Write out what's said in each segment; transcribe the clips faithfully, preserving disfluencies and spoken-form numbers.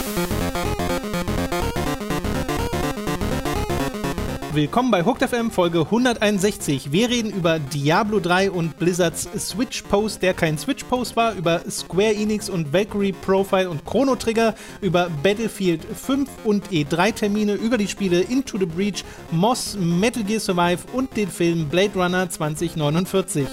Willkommen bei Hooked F M Folge hunderteinundsechzig. Wir reden über Diablo drei und Blizzards Switch-Post, der kein Switch-Post war, über Square Enix und Valkyrie Profile und Chrono Trigger, über Battlefield fünf und E drei Termine, über die Spiele Into the Breach, Moss, Metal Gear Survive und den Film Blade Runner zwanzig neunundvierzig.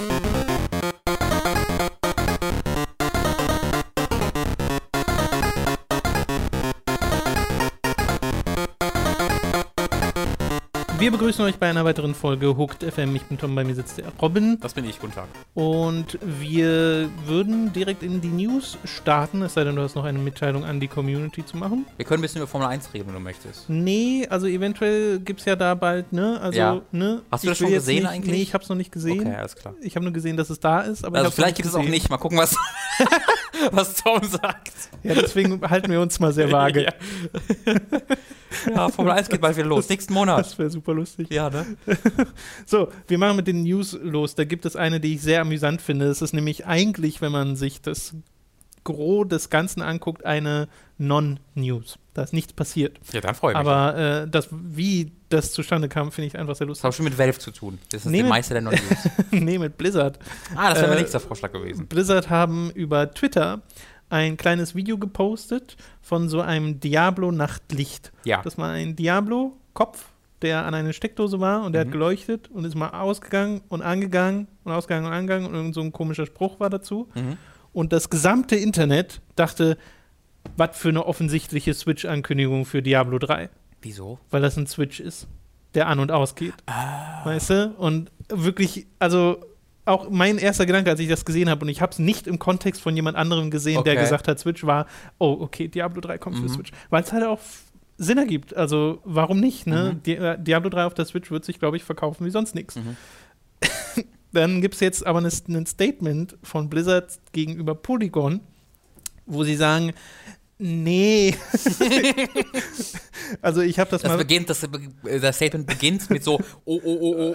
Wir begrüßen euch bei einer weiteren Folge Hooked F M. Ich bin Tom, bei mir sitzt der Robin. Das bin ich, guten Tag. Und wir würden direkt in die News starten, es sei denn, du hast noch eine Mitteilung an die Community zu machen. Wir können ein bisschen über Formel eins reden, wenn du möchtest. Nee, also eventuell gibt's ja da bald, ne? Also, ja. ne? Hast du das schon gesehen nicht, eigentlich? Nee, ich hab's noch nicht gesehen. Okay, alles klar. Ich habe nur gesehen, dass es da ist, aber also ich vielleicht gibt es auch nicht. Mal gucken, was, was Tom sagt. Ja, deswegen halten wir uns mal sehr vage. Ja. Ja, Formel eins geht bald wieder los, nächsten Monat. Das wäre super lustig. Ja, ne? So, wir machen mit den News los. Da gibt es eine, die ich sehr amüsant finde. Es ist nämlich eigentlich, wenn man sich das Gros des Ganzen anguckt, eine Non-News. Da ist nichts passiert. Ja, dann freue ich mich. Aber äh, das, wie das zustande kam, finde ich einfach sehr lustig. Das hat schon mit Valve zu tun. Das ist nee, der Meister der Non-News. Nee, mit Blizzard. Ah, das wäre äh, mein nächster Vorschlag gewesen. Blizzard haben über Twitter ein kleines Video gepostet von so einem Diablo-Nachtlicht. Ja. Das war ein Diablo-Kopf, der an eine Steckdose war und der mhm. hat geleuchtet und ist mal ausgegangen und angegangen und ausgegangen und angegangen und irgend so ein komischer Spruch war dazu. Mhm. Und das gesamte Internet dachte, was für eine offensichtliche Switch-Ankündigung für Diablo drei. Wieso? Weil das ein Switch ist, der an- und ausgeht. Ah. Weißt du? Und wirklich, also auch mein erster Gedanke, als ich das gesehen habe, und ich habe es nicht im Kontext von jemand anderem gesehen, okay. der gesagt hat, Switch war, oh, okay, Diablo drei kommt mhm. für Switch. Weil es halt auch Sinn ergibt. Also, warum nicht, ne? Mhm. Di- äh, Diablo drei auf der Switch wird sich, glaube ich, verkaufen wie sonst nichts. Mhm. Dann gibt es jetzt aber ein Statement von Blizzard gegenüber Polygon, wo sie sagen, nee. Also ich habe das, das mal... Beginnt, das, das Statement beginnt mit so oh, oh, oh, oh,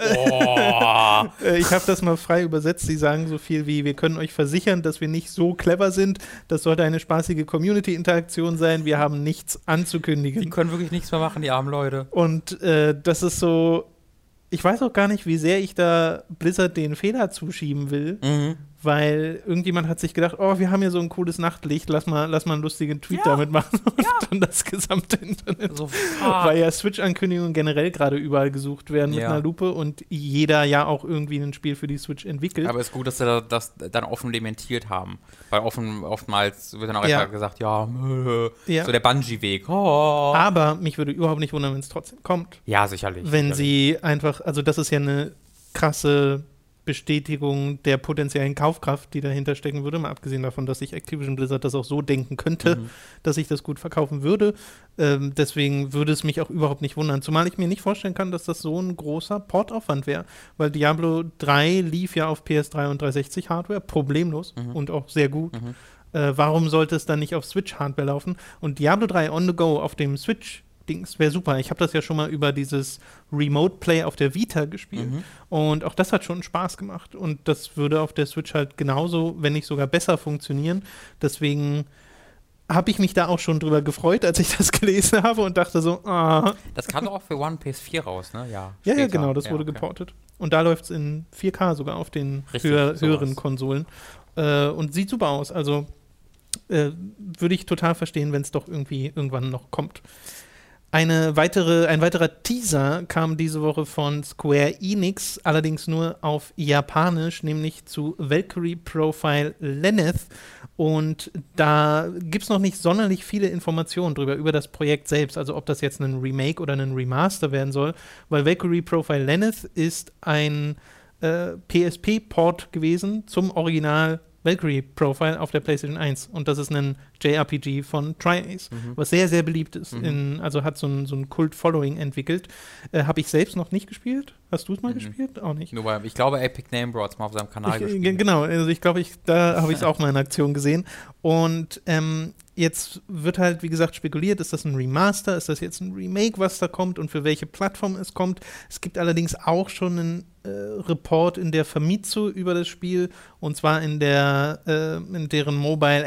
oh. Ich habe das mal frei übersetzt. Sie sagen so viel wie, wir können euch versichern, dass wir nicht so clever sind. Das sollte eine spaßige Community-Interaktion sein. Wir haben nichts anzukündigen. Die können wirklich nichts mehr machen, die armen Leute. Und äh, das ist so... Ich weiß auch gar nicht, wie sehr ich da Blizzard den Fehler zuschieben will, mhm. weil irgendjemand hat sich gedacht, oh, wir haben hier so ein cooles Nachtlicht, lass mal, lass mal einen lustigen Tweet ja. damit machen. Und ja. dann das gesamte Internet. So, weil ja Switch-Ankündigungen generell gerade überall gesucht werden mit ja. einer Lupe und jeder ja auch irgendwie ein Spiel für die Switch entwickelt. Aber es ist gut, dass sie das dann offen dementiert haben. Weil offen, oftmals wird dann auch ja. einfach gesagt, ja, mö, ja. so der Bungee-Weg. Oh. Aber mich würde überhaupt nicht wundern, wenn es trotzdem kommt. Ja, sicherlich. Wenn sicherlich. sie einfach, also das ist ja eine krasse Bestätigung der potenziellen Kaufkraft, die dahinter stecken würde, mal abgesehen davon, dass sich Activision Blizzard das auch so denken könnte, mhm. dass ich das gut verkaufen würde. Ähm, deswegen würde es mich auch überhaupt nicht wundern. Zumal ich mir nicht vorstellen kann, dass das so ein großer Portaufwand wäre, weil Diablo drei lief ja auf P S drei und dreihundertsechzig Hardware, problemlos mhm. und auch sehr gut. Mhm. Äh, warum sollte es dann nicht auf Switch-Hardware laufen? Und Diablo drei on the go auf dem Switch Dings wäre super. Ich habe das ja schon mal über dieses Remote Play auf der Vita gespielt. Mhm. Und auch das hat schon Spaß gemacht. Und das würde auf der Switch halt genauso, wenn nicht sogar besser funktionieren. Deswegen habe ich mich da auch schon drüber gefreut, als ich das gelesen habe und dachte so, ah. Das kam doch auch für One P S vier raus, ne? Ja, ja, ja, genau, das ja, wurde okay. geportet. Und da läuft es in vier K sogar auf den Richtig, höher, sowas. höheren Konsolen. Äh, und sieht super aus. Also äh, würde ich total verstehen, wenn es doch irgendwie irgendwann noch kommt. Eine weitere, ein weiterer Teaser kam diese Woche von Square Enix, allerdings nur auf Japanisch, nämlich zu Valkyrie Profile Lenneth. Und da gibt es noch nicht sonderlich viele Informationen drüber, über das Projekt selbst, also ob das jetzt ein Remake oder ein Remaster werden soll, weil Valkyrie Profile Lenneth ist ein äh, P S P-Port gewesen zum Original Valkyrie Profile auf der PlayStation eins. Und das ist ein J R P G von Tri-Ace, mhm. was sehr, sehr beliebt ist. Mhm. In, also hat so ein, so ein Kult-Following entwickelt. Äh, Habe ich selbst noch nicht gespielt. Hast du es mal mhm. gespielt? Auch nicht. Nur bei, ich glaube, Epic Name Bro hat es mal auf seinem Kanal ich, gespielt. Genau, also ich glaube, ich, da habe ich es auch mal in Aktion gesehen. Und ähm, jetzt wird halt, wie gesagt, spekuliert, ist das ein Remaster, ist das jetzt ein Remake, was da kommt und für welche Plattform es kommt. Es gibt allerdings auch schon einen äh, Report in der Famitsu über das Spiel und zwar in der äh, in deren Mobile-App. Ja.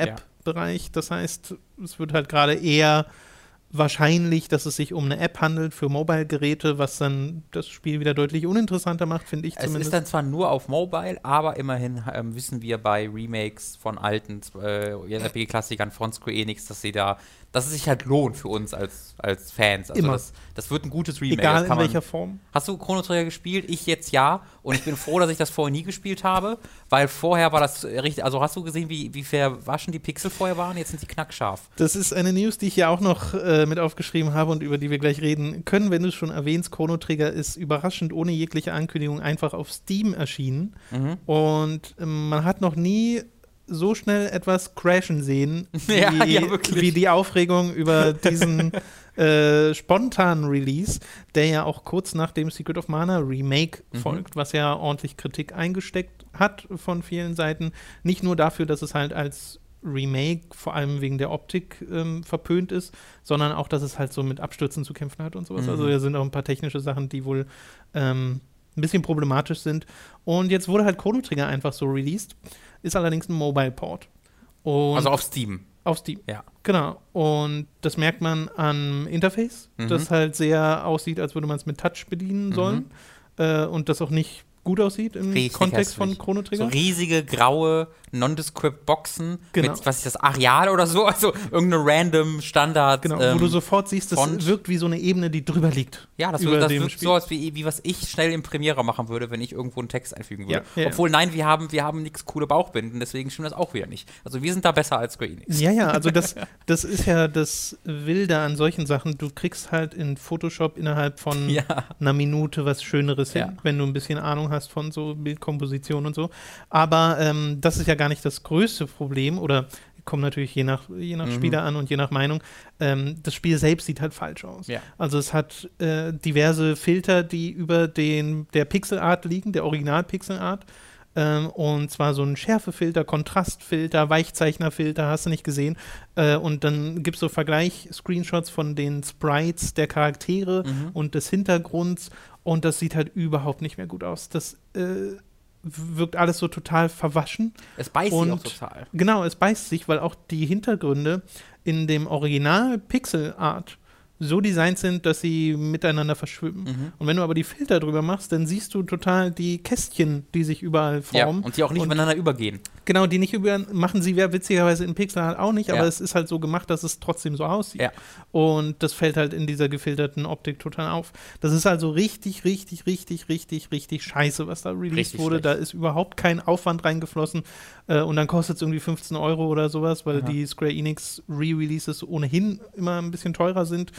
Bereich. Das heißt, es wird halt gerade eher wahrscheinlich, dass es sich um eine App handelt für Mobile-Geräte, was dann das Spiel wieder deutlich uninteressanter macht, finde ich es zumindest. Es ist dann zwar nur auf Mobile, aber immerhin ähm, wissen wir bei Remakes von alten äh, J R P G-Klassikern von Square Enix, dass sie da, dass es sich halt lohnt für uns als, als Fans. Also Immer. Das, das wird ein gutes Remake. Egal das kann in welcher man, Form. Hast du Chrono Trigger gespielt? Ich jetzt ja. Und ich bin froh, dass ich das vorher nie gespielt habe, weil vorher war das richtig, also hast du gesehen, wie, wie verwaschen die Pixel vorher waren? Jetzt sind die knackscharf. Das ist eine News, die ich ja auch noch äh, mit aufgeschrieben habe und über die wir gleich reden können. Wenn du es schon erwähnst, Chrono Trigger ist überraschend ohne jegliche Ankündigung einfach auf Steam erschienen. Mhm. Und ähm, man hat noch nie so schnell etwas crashen sehen, wie, ja, ja, wie die Aufregung über diesen äh, spontanen Release, der ja auch kurz nach dem Secret of Mana Remake mhm. folgt, was ja ordentlich Kritik eingesteckt hat von vielen Seiten. Nicht nur dafür, dass es halt als Remake vor allem wegen der Optik ähm, verpönt ist, sondern auch, dass es halt so mit Abstürzen zu kämpfen hat und sowas. Mhm. Also da sind auch ein paar technische Sachen, die wohl ähm, ein bisschen problematisch sind. Und jetzt wurde halt Chrono Trigger einfach so released, ist allerdings ein Mobile-Port. Und also auf Steam. Auf Steam, ja. Genau. Und das merkt man am Interface, mhm. das halt sehr aussieht, als würde man es mit Touch bedienen sollen. Mhm. Äh, und das auch nicht gut aussieht im Richtig Kontext hässlich. Von Chrono Trigger. So riesige, graue, nondescript Boxen genau. mit, was ist das, Areal oder so, also irgendeine random Standard. Genau, ähm, wo du sofort siehst, das Font. Wirkt wie so eine Ebene, die drüber liegt. Ja, das, wird, das wirkt so, als wie, wie was ich schnell im Premiere machen würde, wenn ich irgendwo einen Text einfügen würde. Ja, ja, Obwohl, nein, wir haben, wir haben nichts coole Bauchbinden, deswegen stimmt das auch wieder nicht. Also wir sind da besser als Square Enix. Ja, ja, also das, das ist ja das Wilde an solchen Sachen. Du kriegst halt in Photoshop innerhalb von ja. einer Minute was Schöneres hin, ja. wenn du ein bisschen Ahnung hast von so Bildkomposition und so. Aber ähm, das ist ja gar nicht das größte Problem, oder kommt natürlich je nach, je nach mhm. Spieler an und je nach Meinung. Ähm, das Spiel selbst sieht halt falsch aus. Ja. Also es hat äh, diverse Filter, die über den, der Pixelart liegen, der Original-Pixelart. Ähm, und zwar so ein Schärfefilter, Kontrastfilter, Weichzeichnerfilter, hast du nicht gesehen. Äh, und dann gibt es so Vergleich-Screenshots von den Sprites der Charaktere mhm. und des Hintergrunds. Und das sieht halt überhaupt nicht mehr gut aus. Das äh, wirkt alles so total verwaschen. Es beißt und, sich auch total. Genau, es beißt sich, weil auch die Hintergründe in dem Original-Pixel-Art so designt sind, dass sie miteinander verschwimmen. Mhm. Und wenn du aber die Filter drüber machst, dann siehst du total die Kästchen, die sich überall formen. Ja, und die auch nicht und, miteinander übergehen. Genau, die nicht über machen sie ja witzigerweise in Pixel halt auch nicht, ja. aber es ist halt so gemacht, dass es trotzdem so aussieht. Ja. Und das fällt halt in dieser gefilterten Optik total auf. Das ist also richtig, richtig, richtig, richtig, richtig scheiße, was da released richtig wurde. Schlecht. Da ist überhaupt kein Aufwand reingeflossen. Äh, und dann kostet es irgendwie fünfzehn Euro oder sowas, weil Aha. die Square Enix Re-Releases ohnehin immer ein bisschen teurer sind.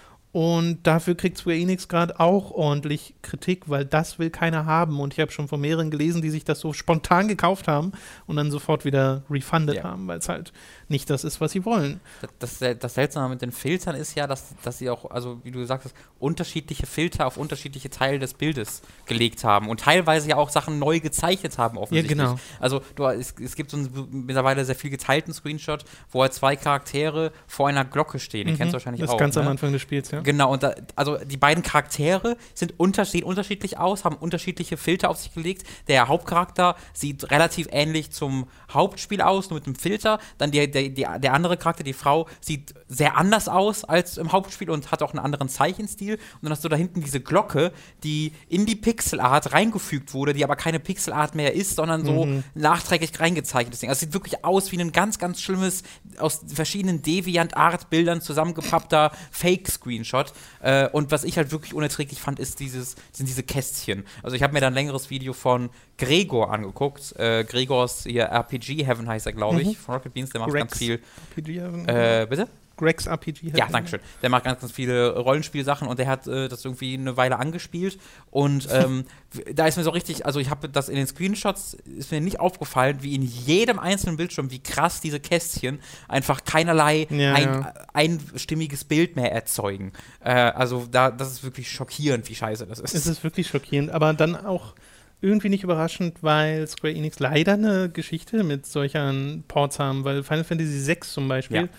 Und dafür kriegt Square Enix gerade auch ordentlich Kritik, weil das will keiner haben. Und ich habe schon von mehreren gelesen, die sich das so spontan gekauft haben und dann sofort wieder refunded ja. haben, weil es halt nicht das ist, was sie wollen. Das, das, das Seltsame mit den Filtern ist ja, dass, dass sie auch, also wie du sagst, unterschiedliche Filter auf unterschiedliche Teile des Bildes gelegt haben und teilweise ja auch Sachen neu gezeichnet haben offensichtlich. Ja, genau. Also du, es, es gibt so einen mittlerweile sehr viel geteilten Screenshot, wo halt zwei Charaktere vor einer Glocke stehen. Den mhm. kennst du wahrscheinlich das auch. Das ganz ne? am Anfang des Spiels, ja. Genau, und da, also die beiden Charaktere sind unter, sehen unterschiedlich aus, haben unterschiedliche Filter auf sich gelegt. Der Hauptcharakter sieht relativ ähnlich zum Hauptspiel aus, nur mit einem Filter. Dann die, der, die, der andere Charakter, die Frau, sieht sehr anders aus als im Hauptspiel und hat auch einen anderen Zeichenstil. Und dann hast du da hinten diese Glocke, die in die Pixelart reingefügt wurde, die aber keine Pixelart mehr ist, sondern so mhm. nachträglich reingezeichnetes Ding. Also es sieht wirklich aus wie ein ganz, ganz schlimmes, aus verschiedenen Deviant-Art-Bildern zusammengepappter Fake-Screenshot. Äh, und was ich halt wirklich unerträglich fand, ist dieses, sind diese Kästchen. Also ich habe mir da ein längeres Video von Gregor angeguckt. Äh, Gregors hier R P G Heaven heißt er, glaube ich, mhm. von Rocket Beans, der macht Gregs ganz viel. R P G Heaven. Äh, bitte? Gregs R P G Heaven. Ja, danke schön. Der macht ganz, ganz viele Rollenspielsachen und der hat äh, das irgendwie eine Weile angespielt. Und ähm, da ist mir so richtig, also ich habe das in den Screenshots, ist mir nicht aufgefallen, wie in jedem einzelnen Bildschirm, wie krass diese Kästchen einfach keinerlei ja, ein, ja. einstimmiges Bild mehr erzeugen. Äh, also da, das ist wirklich schockierend, wie scheiße das ist. Es ist wirklich schockierend, aber dann auch irgendwie nicht überraschend, weil Square Enix leider eine Geschichte mit solchen Ports haben, weil Final Fantasy sechs zum Beispiel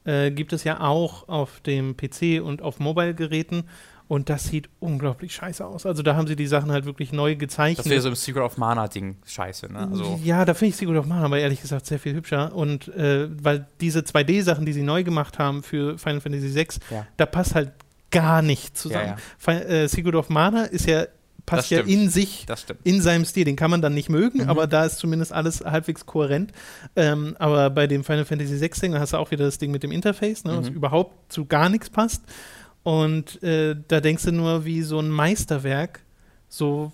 äh, gibt es ja auch auf dem P C und auf Mobile-Geräten. Und das sieht unglaublich scheiße aus. Also da haben sie die Sachen halt wirklich neu gezeichnet. Das wäre so im Secret of Mana-Ding scheiße, ne? Also ja, da finde ich Secret of Mana aber ehrlich gesagt sehr viel hübscher. Und äh, weil diese zwei D-Sachen, die sie neu gemacht haben für Final Fantasy sechs, ja. da passt halt gar nicht zusammen. Ja, ja. Äh, Secret of Mana ist ja, passt ja in sich, in seinem Stil. Den kann man dann nicht mögen, mhm. aber da ist zumindest alles halbwegs kohärent. Ähm, aber bei dem Final Fantasy sechs Ding, da hast du auch wieder das Ding mit dem Interface, ne, mhm. was überhaupt zu gar nichts passt. Und äh, da denkst du nur, wie so ein Meisterwerk so,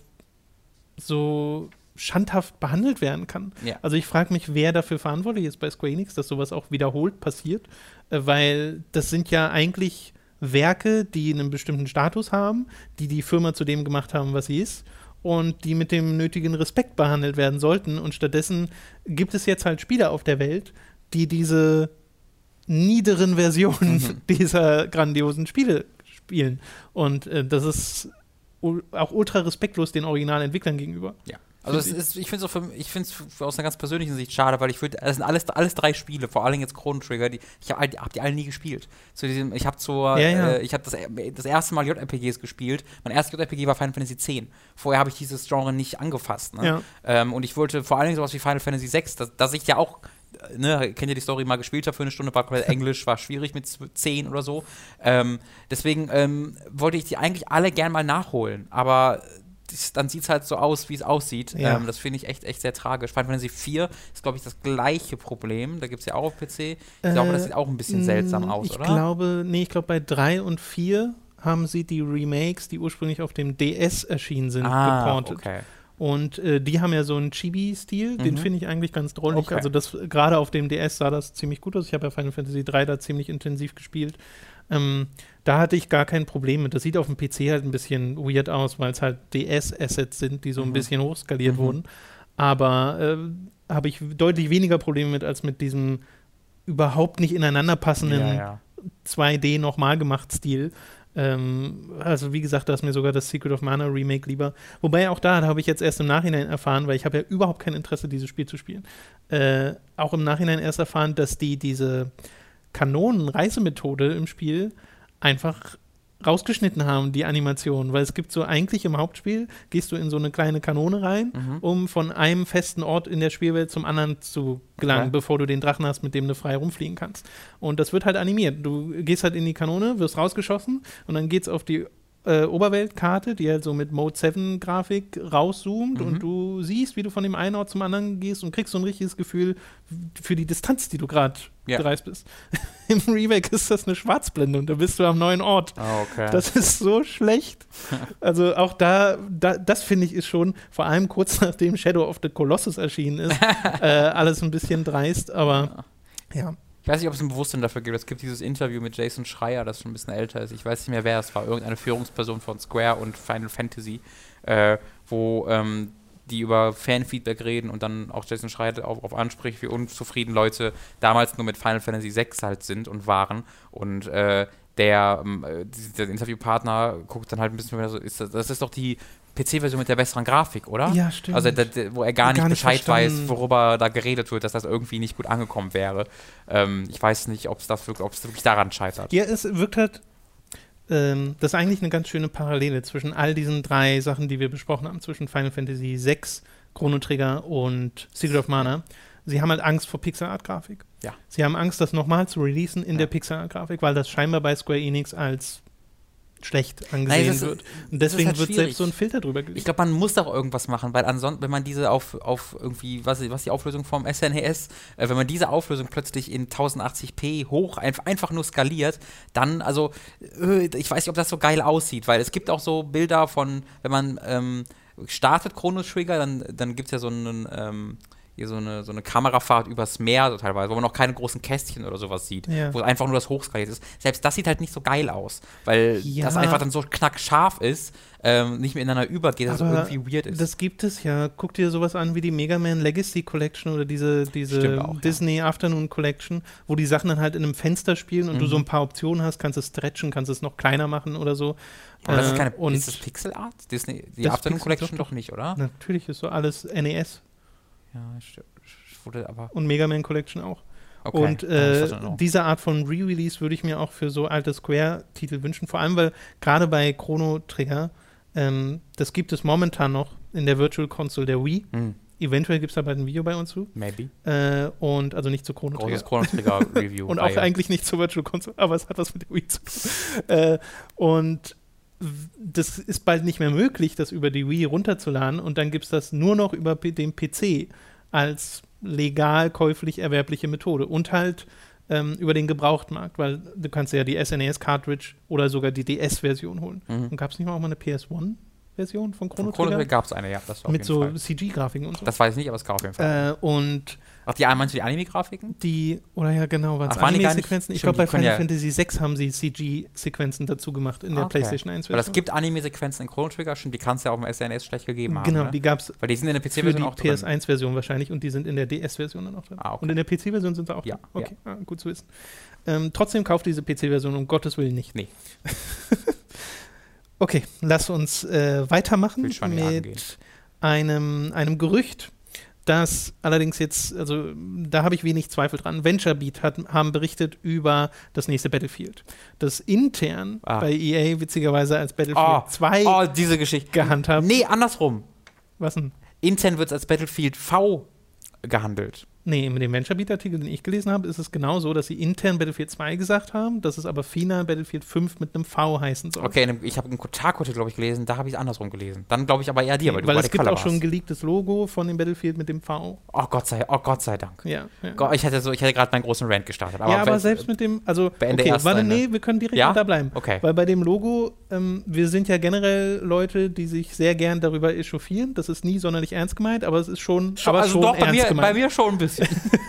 so schandhaft behandelt werden kann. Ja. Also ich frage mich, wer dafür verantwortlich ist bei Square Enix, dass sowas auch wiederholt passiert, äh, weil das sind ja eigentlich Werke, die einen bestimmten Status haben, die die Firma zu dem gemacht haben, was sie ist und die mit dem nötigen Respekt behandelt werden sollten. Und stattdessen gibt es jetzt halt Spieler auf der Welt, die diese niederen Versionen mhm. dieser grandiosen Spiele spielen. Und äh, das ist u- auch ultra respektlos den Originalentwicklern gegenüber. Ja. Also es ist, ich finde es ich finde es aus einer ganz persönlichen Sicht schade, weil ich würde, das sind alles, alles drei Spiele, vor allem jetzt Chrono Trigger, die, ich habe hab die alle nie gespielt. Zu diesem, ich habe zur, ja, ja. äh, ich habe das, das erste Mal J R P Gs gespielt. Mein erstes J R P G war Final Fantasy X. Vorher habe ich dieses Genre nicht angefasst. Ne? Ja. Ähm, und ich wollte vor allem sowas wie Final Fantasy sechs, dass, dass ich ja auch Ne, kennt ihr die Story, mal gespielt habe für eine Stunde, war komplett Englisch, war schwierig mit zehn oder so. Ähm, deswegen ähm, wollte ich die eigentlich alle gern mal nachholen, aber das, dann sieht es halt so aus, wie es aussieht. Ja. Ähm, das finde ich echt, echt sehr tragisch. Final Fantasy vier ist, glaube ich, das gleiche Problem. Da gibt es ja auch auf P C. Ich äh, glaube, das sieht auch ein bisschen seltsam aus, ich oder? Ich glaube, nee, ich glaube, bei drei und vier haben sie die Remakes, die ursprünglich auf dem D S erschienen sind, ah, geportet. Okay. Und äh, die haben ja so einen Chibi-Stil, mhm. den finde ich eigentlich ganz drollig. Okay. Also das gerade auf dem D S sah das ziemlich gut aus. Ich habe ja Final Fantasy drei da ziemlich intensiv gespielt. Ähm, da hatte ich gar kein Problem mit. Das sieht auf dem P C halt ein bisschen weird aus, weil es halt D S-Assets sind, die so mhm. ein bisschen hochskaliert mhm. wurden. Aber äh, habe ich deutlich weniger Probleme mit, als mit diesem überhaupt nicht ineinander passenden ja, ja. zwei D nochmal gemacht Stil. Ähm, also wie gesagt, da ist mir sogar das Secret of Mana Remake lieber. Wobei auch da, da habe ich jetzt erst im Nachhinein erfahren, weil ich habe ja überhaupt kein Interesse, dieses Spiel zu spielen. Äh, auch im Nachhinein erst erfahren, dass die diese Kanonen-Reisemethode im Spiel einfach rausgeschnitten haben, die Animation, weil es gibt so eigentlich im Hauptspiel, gehst du in so eine kleine Kanone rein, mhm. um von einem festen Ort in der Spielwelt zum anderen zu gelangen, okay. bevor du den Drachen hast, mit dem du frei rumfliegen kannst. Und das wird halt animiert. Du gehst halt in die Kanone, wirst rausgeschossen und dann geht's auf die äh, Oberweltkarte, die halt so mit Mode sieben Grafik rauszoomt mhm. und du siehst, wie du von dem einen Ort zum anderen gehst und kriegst so ein richtiges Gefühl für die Distanz, die du gerade ja. gereist bist. Im Remake ist das eine Schwarzblende und da bist du am neuen Ort. Oh, okay. Das ist so schlecht. Also auch da, da das finde ich ist schon, vor allem kurz nachdem Shadow of the Colossus erschienen ist, äh, alles ein bisschen dreist, aber ja. ja. Ich weiß nicht, ob es ein Bewusstsein dafür gibt. Es gibt dieses Interview mit Jason Schreier, das schon ein bisschen älter ist. Ich weiß nicht mehr, wer es war. Irgendeine Führungsperson von Square und Final Fantasy, äh, wo ähm, die über Fanfeedback reden und dann auch Jason Schreier darauf anspricht, wie unzufrieden Leute damals nur mit Final Fantasy sechs halt sind und waren. Und äh, der, äh, der Interviewpartner guckt dann halt ein bisschen mehr so, ist das, das ist doch die P C-Version mit der besseren Grafik, oder? Ja, stimmt. Also, da, da, wo er gar, gar nicht Bescheid verstanden. weiß, worüber da geredet wird, dass das irgendwie nicht gut angekommen wäre. Ähm, ich weiß nicht, ob es wirklich, wirklich daran scheitert. Ja, es wirkt halt, ähm, das ist eigentlich eine ganz schöne Parallele zwischen all diesen drei Sachen, die wir besprochen haben, zwischen Final Fantasy sechs, Chrono Trigger und Secret of Mana. Sie haben halt Angst vor Pixel-Art-Grafik. Ja. Sie haben Angst, das nochmal zu releasen in ja. der Pixel-Art-Grafik, weil das scheinbar bei Square Enix als schlecht angesehen Nein, ist, wird. Und deswegen halt wird schwierig. selbst so ein Filter drüber gelegt. Ich glaube, man muss doch irgendwas machen, weil ansonsten, wenn man diese auf, auf irgendwie, was, was die Auflösung vom S N E S, äh, wenn man diese Auflösung plötzlich in tausendachtzig p hoch ein, einfach nur skaliert, dann, also, äh, ich weiß nicht, ob das so geil aussieht, weil es gibt auch so Bilder von, wenn man ähm, startet Chrono Trigger, dann, dann gibt es ja so einen, ähm, hier so eine, so eine Kamerafahrt übers Meer so teilweise, wo man noch keine großen Kästchen oder sowas sieht, ja. wo einfach nur das hochskaliert ist. Selbst das sieht halt nicht so geil aus, weil ja. das einfach dann so knackscharf ist, ähm, nicht miteinander übergeht, dass es irgendwie weird ist. Das gibt es ja. Guck dir sowas an wie die Mega Man Legacy Collection oder diese, diese auch, Disney ja. Afternoon Collection, wo die Sachen dann halt in einem Fenster spielen und mhm. du so ein paar Optionen hast, kannst es stretchen, kannst es noch kleiner machen oder so. Aber das ist keine, und ist das Pixel Art? Disney, die Afternoon Collection doch nicht, oder? Natürlich ist so alles N E S. Ja, wurde aber. Und Mega Man Collection auch. Okay. Und äh, diese Art von Re-Release würde ich mir auch für so alte Square-Titel wünschen, vor allem, weil gerade bei Chrono Trigger, ähm, das gibt es momentan noch in der Virtual Console der Wii. Hm. Eventuell gibt es da bald ein Video bei uns zu. Maybe. Äh, und also nicht zu Chrono Trigger. Großes Chrono Trigger Review. Und auch eigentlich nicht zur Virtual Console, aber es hat was mit der Wii zu tun. äh, und das ist bald nicht mehr möglich, das über die Wii runterzuladen und dann gibt es das nur noch über P- den P C als legal käuflich erwerbliche Methode und halt ähm, über den Gebrauchtmarkt, weil du kannst ja die S N E S-Cartridge oder sogar die D S-Version holen. Mhm. Und gab es nicht mal auch mal eine P S eins Version von Chrono Trigger? Chrono Trigger gab es eine, ja. Das war auf mit jeden so Fall. C G-Grafiken und so. Das weiß ich nicht, aber es gab auf jeden Fall. Äh, und Ach, die meinst du die Anime-Grafiken? Die, oder ja genau, waren es Ach, waren die gar Anime-Sequenzen? nicht- Ich glaube, bei stimmt, die Final können ja- Fantasy sechs haben sie C G-Sequenzen dazu gemacht in der Ah, okay. PlayStation eins Weil Version. es gibt Anime-Sequenzen in Chrono Trigger, stimmt, die kannst du ja auch im S N E S schlecht gegeben haben. Genau, ne? die gab es Weil die sind in der für P C-Version die auch P S drin. eins Version wahrscheinlich und die sind in der D S-Version dann auch drin. Ah, okay. Und in der P C-Version sind sie auch Ja, drin. Okay, ah, gut zu wissen. Ähm, trotzdem kauft diese P C-Version um Gottes Willen nicht. Nee. Okay, lass uns äh, weitermachen Will schon nicht angehen. mit einem, einem Gerücht, das allerdings jetzt, also da habe ich wenig Zweifel dran. VentureBeat hat, haben berichtet über das nächste Battlefield, das intern Ah. bei E A witzigerweise als Battlefield Oh, zwei oh, diese Geschichte. gehandhabt. Nee, andersrum. Was denn? Intern wird es als Battlefield V gehandelt. Nee, in dem VentureBeat-Artikel, den ich gelesen habe, ist es genau so, dass sie intern Battlefield zwei gesagt haben, dass es aber final Battlefield fünf mit einem V heißen soll. Okay, in dem- ich habe einen Kotaku, glaube ich, gelesen, da habe ich es andersrum gelesen. Dann glaube ich aber eher dir, weil du Weil bei es der gibt Quelle auch schon ein warst. geleaktes Logo von dem Battlefield mit dem V. Oh Gott sei, oh Gott sei Dank. Ja, ja. Gott, ich hätte so, ich hätte gerade meinen großen Rant gestartet. Aber ja, aber wenn- selbst mit dem, also, beende okay, erst warte, deine- nee, wir können direkt Ja? da bleiben. Okay. Weil bei dem Logo, ähm, wir sind ja generell Leute, die sich sehr gern darüber echauffieren. Das ist nie sonderlich ernst gemeint, aber es ist schon, Schon, aber also schon doch, bei ernst mir, bei gemeint. mir schon ein bisschen.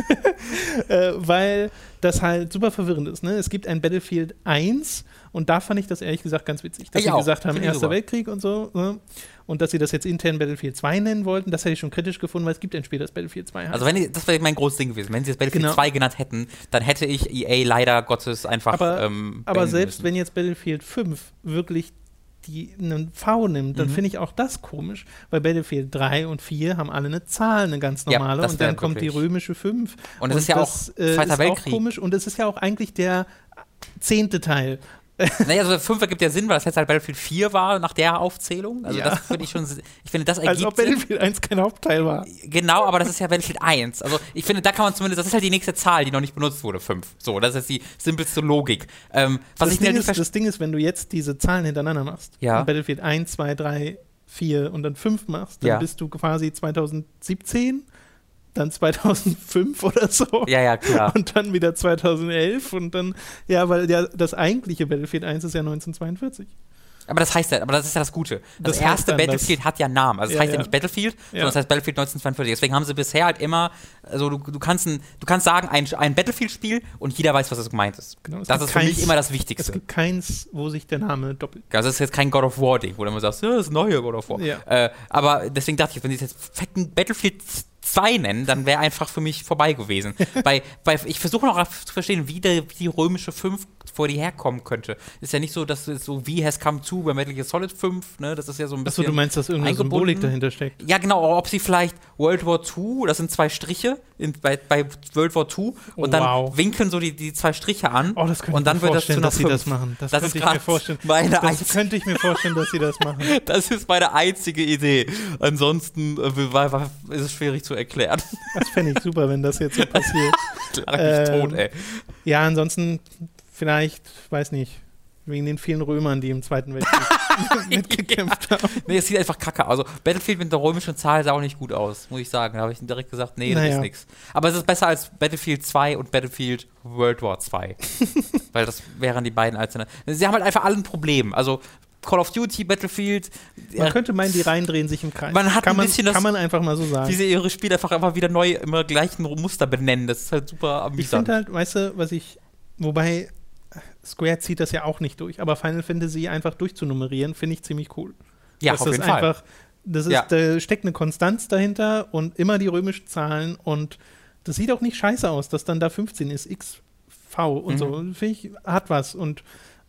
äh, weil das halt super verwirrend ist. Ne? Es gibt ein Battlefield eins und da fand ich das ehrlich gesagt ganz witzig, dass Ich sie auch. gesagt haben, Finde ich Erster super. Weltkrieg und so. Ne? Und dass sie das jetzt intern Battlefield zwei nennen wollten, das hätte ich schon kritisch gefunden, weil es gibt ein Spiel, das Battlefield zwei heißt. Also wenn ich, das wäre mein großes Ding gewesen. Wenn sie das Battlefield Genau. zwei genannt hätten, dann hätte ich E A leider Gottes einfach aber ähm, aber beenden selbst müssen. wenn jetzt Battlefield fünf wirklich die einen V nimmt, dann Mhm. finde ich auch das komisch, weil Battlefield drei und vier haben alle eine Zahl, eine ganz Ja, normale, das und dann wär kommt wirklich- die römische fünf. Und es ist ja auch äh, Zweiter ist Weltkrieg. Auch komisch und es ist ja auch eigentlich der zehnte Teil. Naja, also fünf ergibt ja Sinn, weil das jetzt halt Battlefield vier war nach der Aufzählung. Also Ja. das finde ich schon, ich finde, das Als ergibt ob Sinn. Battlefield eins kein Hauptteil war. Genau, aber das ist ja Battlefield eins. Also ich finde, da kann man zumindest, das ist halt die nächste Zahl, die noch nicht benutzt wurde, fünf. So, das ist die simpelste Logik. Ähm, was Das ich mir Ding, nicht ist, verstehe. das Ding ist, wenn du jetzt diese Zahlen hintereinander machst, Ja. und Battlefield eins, zwei, drei, vier und dann fünf machst, dann Ja. bist du quasi zweitausendsiebzehn, dann zweitausendfünf oder so. Ja, ja, klar. Und dann wieder zweitausendelf und dann, ja, weil ja das eigentliche Battlefield eins ist ja neunzehnhundertzweiundvierzig. Aber das heißt ja, aber das ist ja das Gute. Das, Das heißt erste dann, Battlefield hat ja einen Namen. Also es Ja, heißt ja, ja. nicht Battlefield, Ja. sondern es heißt Battlefield neunzehnhundertzweiundvierzig. Deswegen haben sie bisher halt immer, also du, du kannst ein, du kannst sagen, ein, ein Battlefield-Spiel und jeder weiß, was das gemeint ist. Genau, es das gibt ist für mich keins- immer das Es Wichtigste. gibt keins, wo sich der Name doppelt. Also es ist jetzt kein God of War-Ding, wo du immer sagst, ja, das ist neue God of War. Ja. Äh, aber deswegen dachte ich, wenn sie es jetzt fetten Battlefield zwei nennen, dann wäre einfach für mich vorbei gewesen. bei, bei, ich versuche noch zu verstehen, wie, der, wie die römische fünf vor die herkommen könnte. Ist ja nicht so, dass es so wie Has Come To bei Metal Gear Solid fünf, ne, das ist ja so ein bisschen Achso, du meinst, dass irgendeine eingebunden. Symbolik dahinter steckt. Ja, genau, oder ob sie vielleicht World War zwei, das sind zwei Striche in, bei, bei World War zwei und dann Wow. winkeln so die, die zwei Striche an Oh, das könnte und dann ich mir wird das zu vorstellen, einer dass sie fünf. das machen. Das, Das könnte ist ich mir grad vorstellen. meine Das einzige- könnte ich mir vorstellen, dass sie das machen. Das ist meine einzige Idee. Ansonsten äh, war, war, ist es schwierig zu erklären. Das fände ich super, wenn das jetzt so passiert. Lach mich Ähm, tot, ey. Ja, ansonsten vielleicht, weiß nicht, wegen den vielen Römern, die im Zweiten Weltkrieg mitgekämpft haben. Nee, es sieht einfach kacke aus. Also Battlefield mit der römischen Zahl sah auch nicht gut aus, muss ich sagen. Da habe ich direkt gesagt, nee, das Naja. ist nix. Aber es ist besser als Battlefield zwei und Battlefield World War zwei. Weil das wären die beiden Alternativen. Sie haben halt einfach alle ein Problem. Also Call of Duty, Battlefield, Man äh, könnte meinen, die Reihen drehen sich im Kreis. Man hat kann ein man, bisschen das- Kann man einfach mal so sagen. wie sie ihre Spiele einfach immer wieder neu, immer gleichen Muster benennen. Das ist halt super Ich amüsant. finde halt, weißt du, was ich, wobei Square zieht das ja auch nicht durch, aber Final Fantasy einfach durchzunummerieren, finde ich ziemlich cool. ja, Dass auf das jeden Fall. einfach, das ist, Ja. da steckt eine Konstanz dahinter und immer die römischen Zahlen und das sieht auch nicht scheiße aus, dass dann da fünfzehn ist, X V und Mhm. so, finde ich, hat was und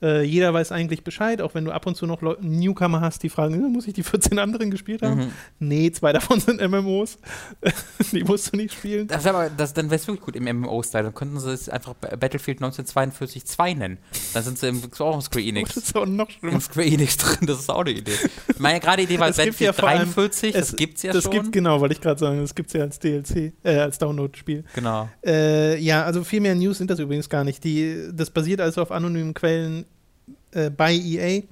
Äh, jeder weiß eigentlich Bescheid, auch wenn du ab und zu noch Leu- Newcomer hast, die fragen, äh, muss ich die vierzehn anderen gespielt haben? Mhm. Nee, zwei davon sind M M Os. Die musst du nicht spielen. Das wär aber, das, dann wäre es wirklich gut im M M O-Style. Dann könnten sie es einfach B- Battlefield neunzehnhundertzweiundvierzig zwei nennen. Dann sind sie im, auch im Square Oh, Enix. das ist auch noch schlimmer. Im Square Enix drin, das ist auch eine Idee. Meine gerade Idee war Es gibt ja Battlefield vor allem- dreiundvierzig, das es- gibt's ja das schon. gibt, genau, wollte ich gerade sagen, das gibt es ja als D L C, äh, als Download-Spiel. Genau. Äh, ja, also viel mehr News sind das übrigens gar nicht. Die, das basiert also auf anonymen Quellen äh, bei E A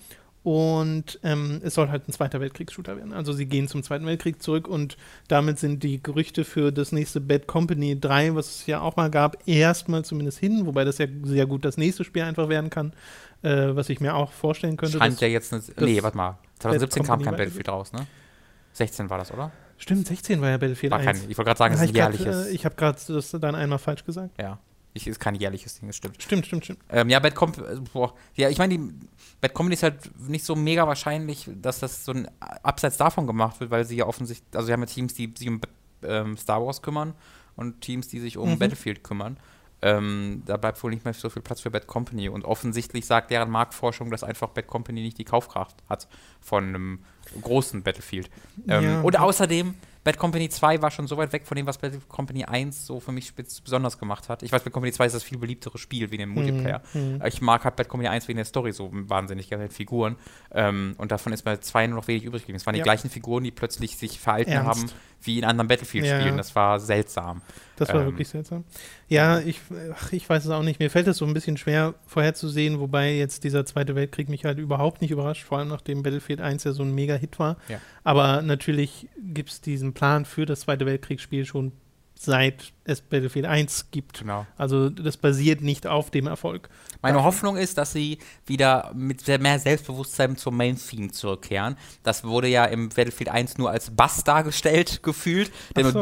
und ähm, es soll halt ein Zweiter Weltkriegs-Shooter werden. Also sie gehen zum Zweiten Weltkrieg zurück und damit sind die Gerüchte für das nächste Bad Company drei, was es ja auch mal gab, erstmal zumindest hin, wobei das ja sehr gut das nächste Spiel einfach werden kann, äh, was ich mir auch vorstellen könnte. Scheint dass- ja jetzt eine, nee, warte mal, zwanzig siebzehn kam kein Company Battlefield raus, ne? sechzehn war das, oder? Stimmt, sechzehn war ja Battlefield War kein, eins. ich wollte gerade sagen, es Ja, ist ein ich grad, jährliches. äh, ich habe gerade das dann einmal falsch gesagt. Ja, ich, ist kein jährliches Ding, das stimmt. Stimmt, stimmt, stimmt. Ähm, ja, Bad Company, äh, boah, ja, ich meine, die Bad Company ist halt nicht so mega wahrscheinlich, dass das so ein abseits davon gemacht wird, weil sie ja offensichtlich, also sie haben ja Teams, die sich um ähm, Star Wars kümmern und Teams, die sich um Mhm. Battlefield kümmern. Ähm, da bleibt wohl nicht mehr so viel Platz für Bad Company und offensichtlich sagt deren Marktforschung, dass einfach Bad Company nicht die Kaufkraft hat von einem großen Battlefield. Ähm, Ja, und okay. außerdem, Bad Company zwei war schon so weit weg von dem, was Bad Company eins so für mich spitz besonders gemacht hat. Ich weiß, Bad Company zwei ist das viel beliebtere Spiel wegen dem Multiplayer. Mhm. Ich mag halt Bad Company eins wegen der Story so wahnsinnig gerne, mit Figuren. Ähm, und davon ist bei zwei nur noch wenig übrig geblieben. Es waren Ja. die gleichen Figuren, die plötzlich sich verhalten Ernst? haben wie in anderen Battlefield-Spielen. Ja. Das war seltsam. Das war Ähm, wirklich seltsam. Ja, ich, ach, ich weiß es auch nicht. Mir fällt es so ein bisschen schwer vorherzusehen, wobei jetzt dieser Zweite Weltkrieg mich halt überhaupt nicht überrascht, vor allem nachdem Battlefield eins ja so ein Mega-Hit war. Ja. Aber natürlich gibt es diesen Plan für das Zweite Weltkriegsspiel schon seit es Battlefield eins gibt. Genau. Also das basiert nicht auf dem Erfolg. Meine Davon- Hoffnung ist, dass sie wieder mit sehr mehr Selbstbewusstsein zum Main-Theme zurückkehren. Das wurde ja im Battlefield eins nur als Bass dargestellt, gefühlt. Der Ach nur so.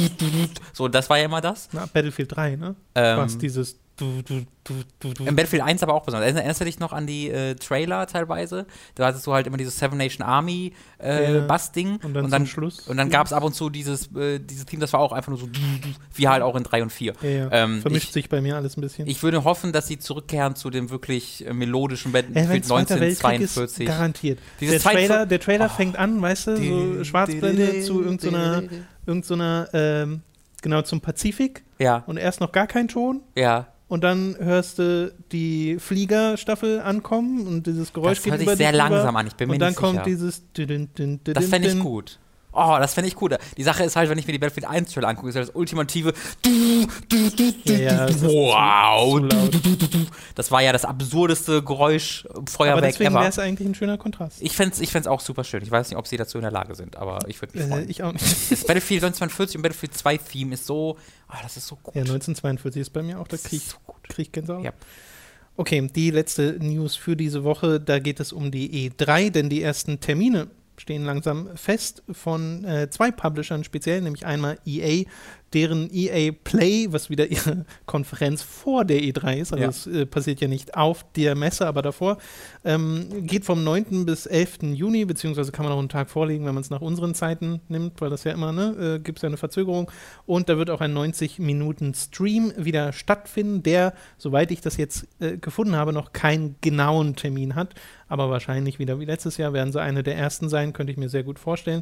so, das war ja immer das. Na, Battlefield drei, ne? Ähm, Was dieses du, du, du, du, du. Im Battlefield eins aber auch besonders. Erinnerst du dich noch an die äh, Trailer teilweise? Da hattest du halt immer dieses Seven Nation Army äh, Ja. Bass-Ding. Und dann und dann, zum Schluss. und dann gab es ab und zu dieses, äh, dieses Team, das war auch einfach nur so wie halt auch in drei und vier. Ja, ja. Ähm, Vermischt ich, sich bei mir alles ein bisschen. ich würde hoffen, dass sie zurückkehren zu dem wirklich äh, melodischen Ey, wenn Battlefield Zweiter Weltkrieg ist, neunzehnhundertzweiundvierzig. garantiert. Dieses Der zweite- Trailer, der Trailer Oh. fängt an, weißt du, so Schwarzblende zu irgendeiner, irgendeiner, ähm, genau, zum Pazifik Ja, und erst noch gar kein Ton ja. und dann hörst du die Fliegerstaffel ankommen und dieses Geräusch Das geht hört über sich sehr dich rüber. langsam an, ich bin mir Und dann nicht kommt sicher. dieses dün, dün, dün, Das fände ich dün. gut. Oh, das fände ich gut. Die Sache ist halt, wenn ich mir die Battlefield eins Trailer angucke, ist das ultimative du, du, du, du, Ja, ja, das ist wow. zu- zu laut. Du, du, du, du. Das war ja das absurdeste Geräusch äh, Aber Feuerwerk deswegen wäre ever. es eigentlich ein schöner Kontrast. Ich fände es ich fänd's auch super schön. Ich weiß nicht, ob sie dazu in der Lage sind, aber ich würde mich Äh, freuen. ich auch nicht. Das Battlefield neunzehnhundertvierzig und Battlefield zwei Theme ist so, ah, das ist so gut. Ja, neunzehnhundertzweiundvierzig ist bei mir auch der Das ist Krieg. so gut. Krieg-Gänsehaut. Ja. Okay, die letzte News für diese Woche, da geht es um die E drei, denn die ersten Termine stehen langsam fest von äh, zwei Publishern speziell, nämlich einmal E A, deren E A Play, was wieder ihre Konferenz vor der E drei ist, also Ja. es äh, passiert ja nicht auf der Messe, aber davor, ähm, geht vom neunten bis elften Juni, beziehungsweise kann man auch einen Tag vorlegen, wenn man es nach unseren Zeiten nimmt, weil das ja immer, ne, äh, gibt es ja eine Verzögerung. Und da wird auch ein neunzig Minuten Stream wieder stattfinden, der, soweit ich das jetzt äh, gefunden habe, noch keinen genauen Termin hat, aber wahrscheinlich wieder wie letztes Jahr werden sie eine der ersten sein, könnte ich mir sehr gut vorstellen.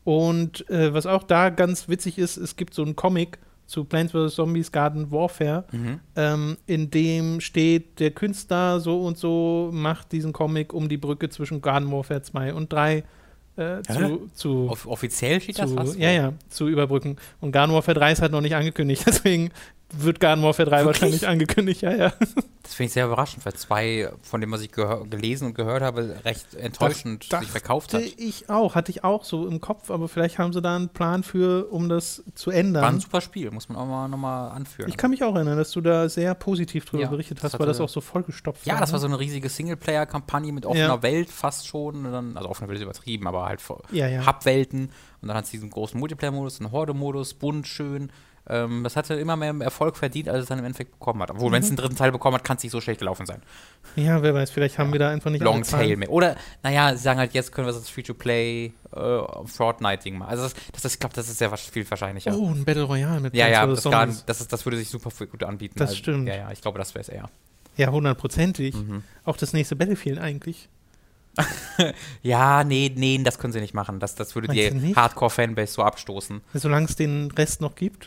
Und äh, was auch da ganz witzig ist, es gibt so einen Comic zu Plants versus. Zombies Garden Warfare, Mhm. ähm, in dem steht, der Künstler so und so macht diesen Comic, um die Brücke zwischen Garden Warfare zwei und drei äh, zu, zu, Off offiziell steht das zu, fast? ja, ja, zu überbrücken. Und Garden Warfare drei ist halt noch nicht angekündigt, deswegen wird Garden Warfare drei Wirklich? wahrscheinlich angekündigt, ja, ja. Das finde ich sehr überraschend, weil zwei, von dem, was ich gehör- gelesen und gehört habe, recht enttäuschend Das sich verkauft hat. Hatte ich auch, hatte ich auch so im Kopf, aber vielleicht haben sie da einen Plan für, um das zu ändern. War ein super Spiel, muss man auch mal nochmal anführen. Ich kann mich auch erinnern, dass du da sehr positiv drüber Ja, berichtet das hast, hatte- weil das auch so vollgestopft Ja, war. das war ne? so eine riesige Singleplayer-Kampagne mit offener Ja. Welt fast schon. Und dann, also offene Welt ist übertrieben, aber halt vor- Ja, ja. Hub-Welten. Und dann hat es diesen großen Multiplayer-Modus, einen Horde-Modus, bunt, schön. Ähm, das hatte immer mehr Erfolg verdient, als es dann im Endeffekt bekommen hat. Obwohl, Mhm. wenn es einen dritten Teil bekommen hat, kann es nicht so schlecht gelaufen sein. Ja, wer weiß, vielleicht haben wir da einfach nicht alle Long Zahlen. Tail mehr. Oder, naja, sie sagen halt, jetzt können wir das Free-to-Play äh, Fortnite-Ding machen. Also, das, das ist, ich glaube, das ist sehr wasch- viel wahrscheinlicher. Oh, ein Battle Royale mit ja, Plants ja, versus. das, gar, Zombies. das, ist, das würde sich super gut anbieten. Das Also, stimmt. Ja, ja, ich glaube, das wäre es eher. Ja, hundertprozentig. Mhm. Auch das nächste Battlefield eigentlich. Ja, nee, nee, das können sie nicht machen. Das, das würde Meinst du die nicht? Hardcore-Fanbase so abstoßen. Solange es den Rest noch gibt.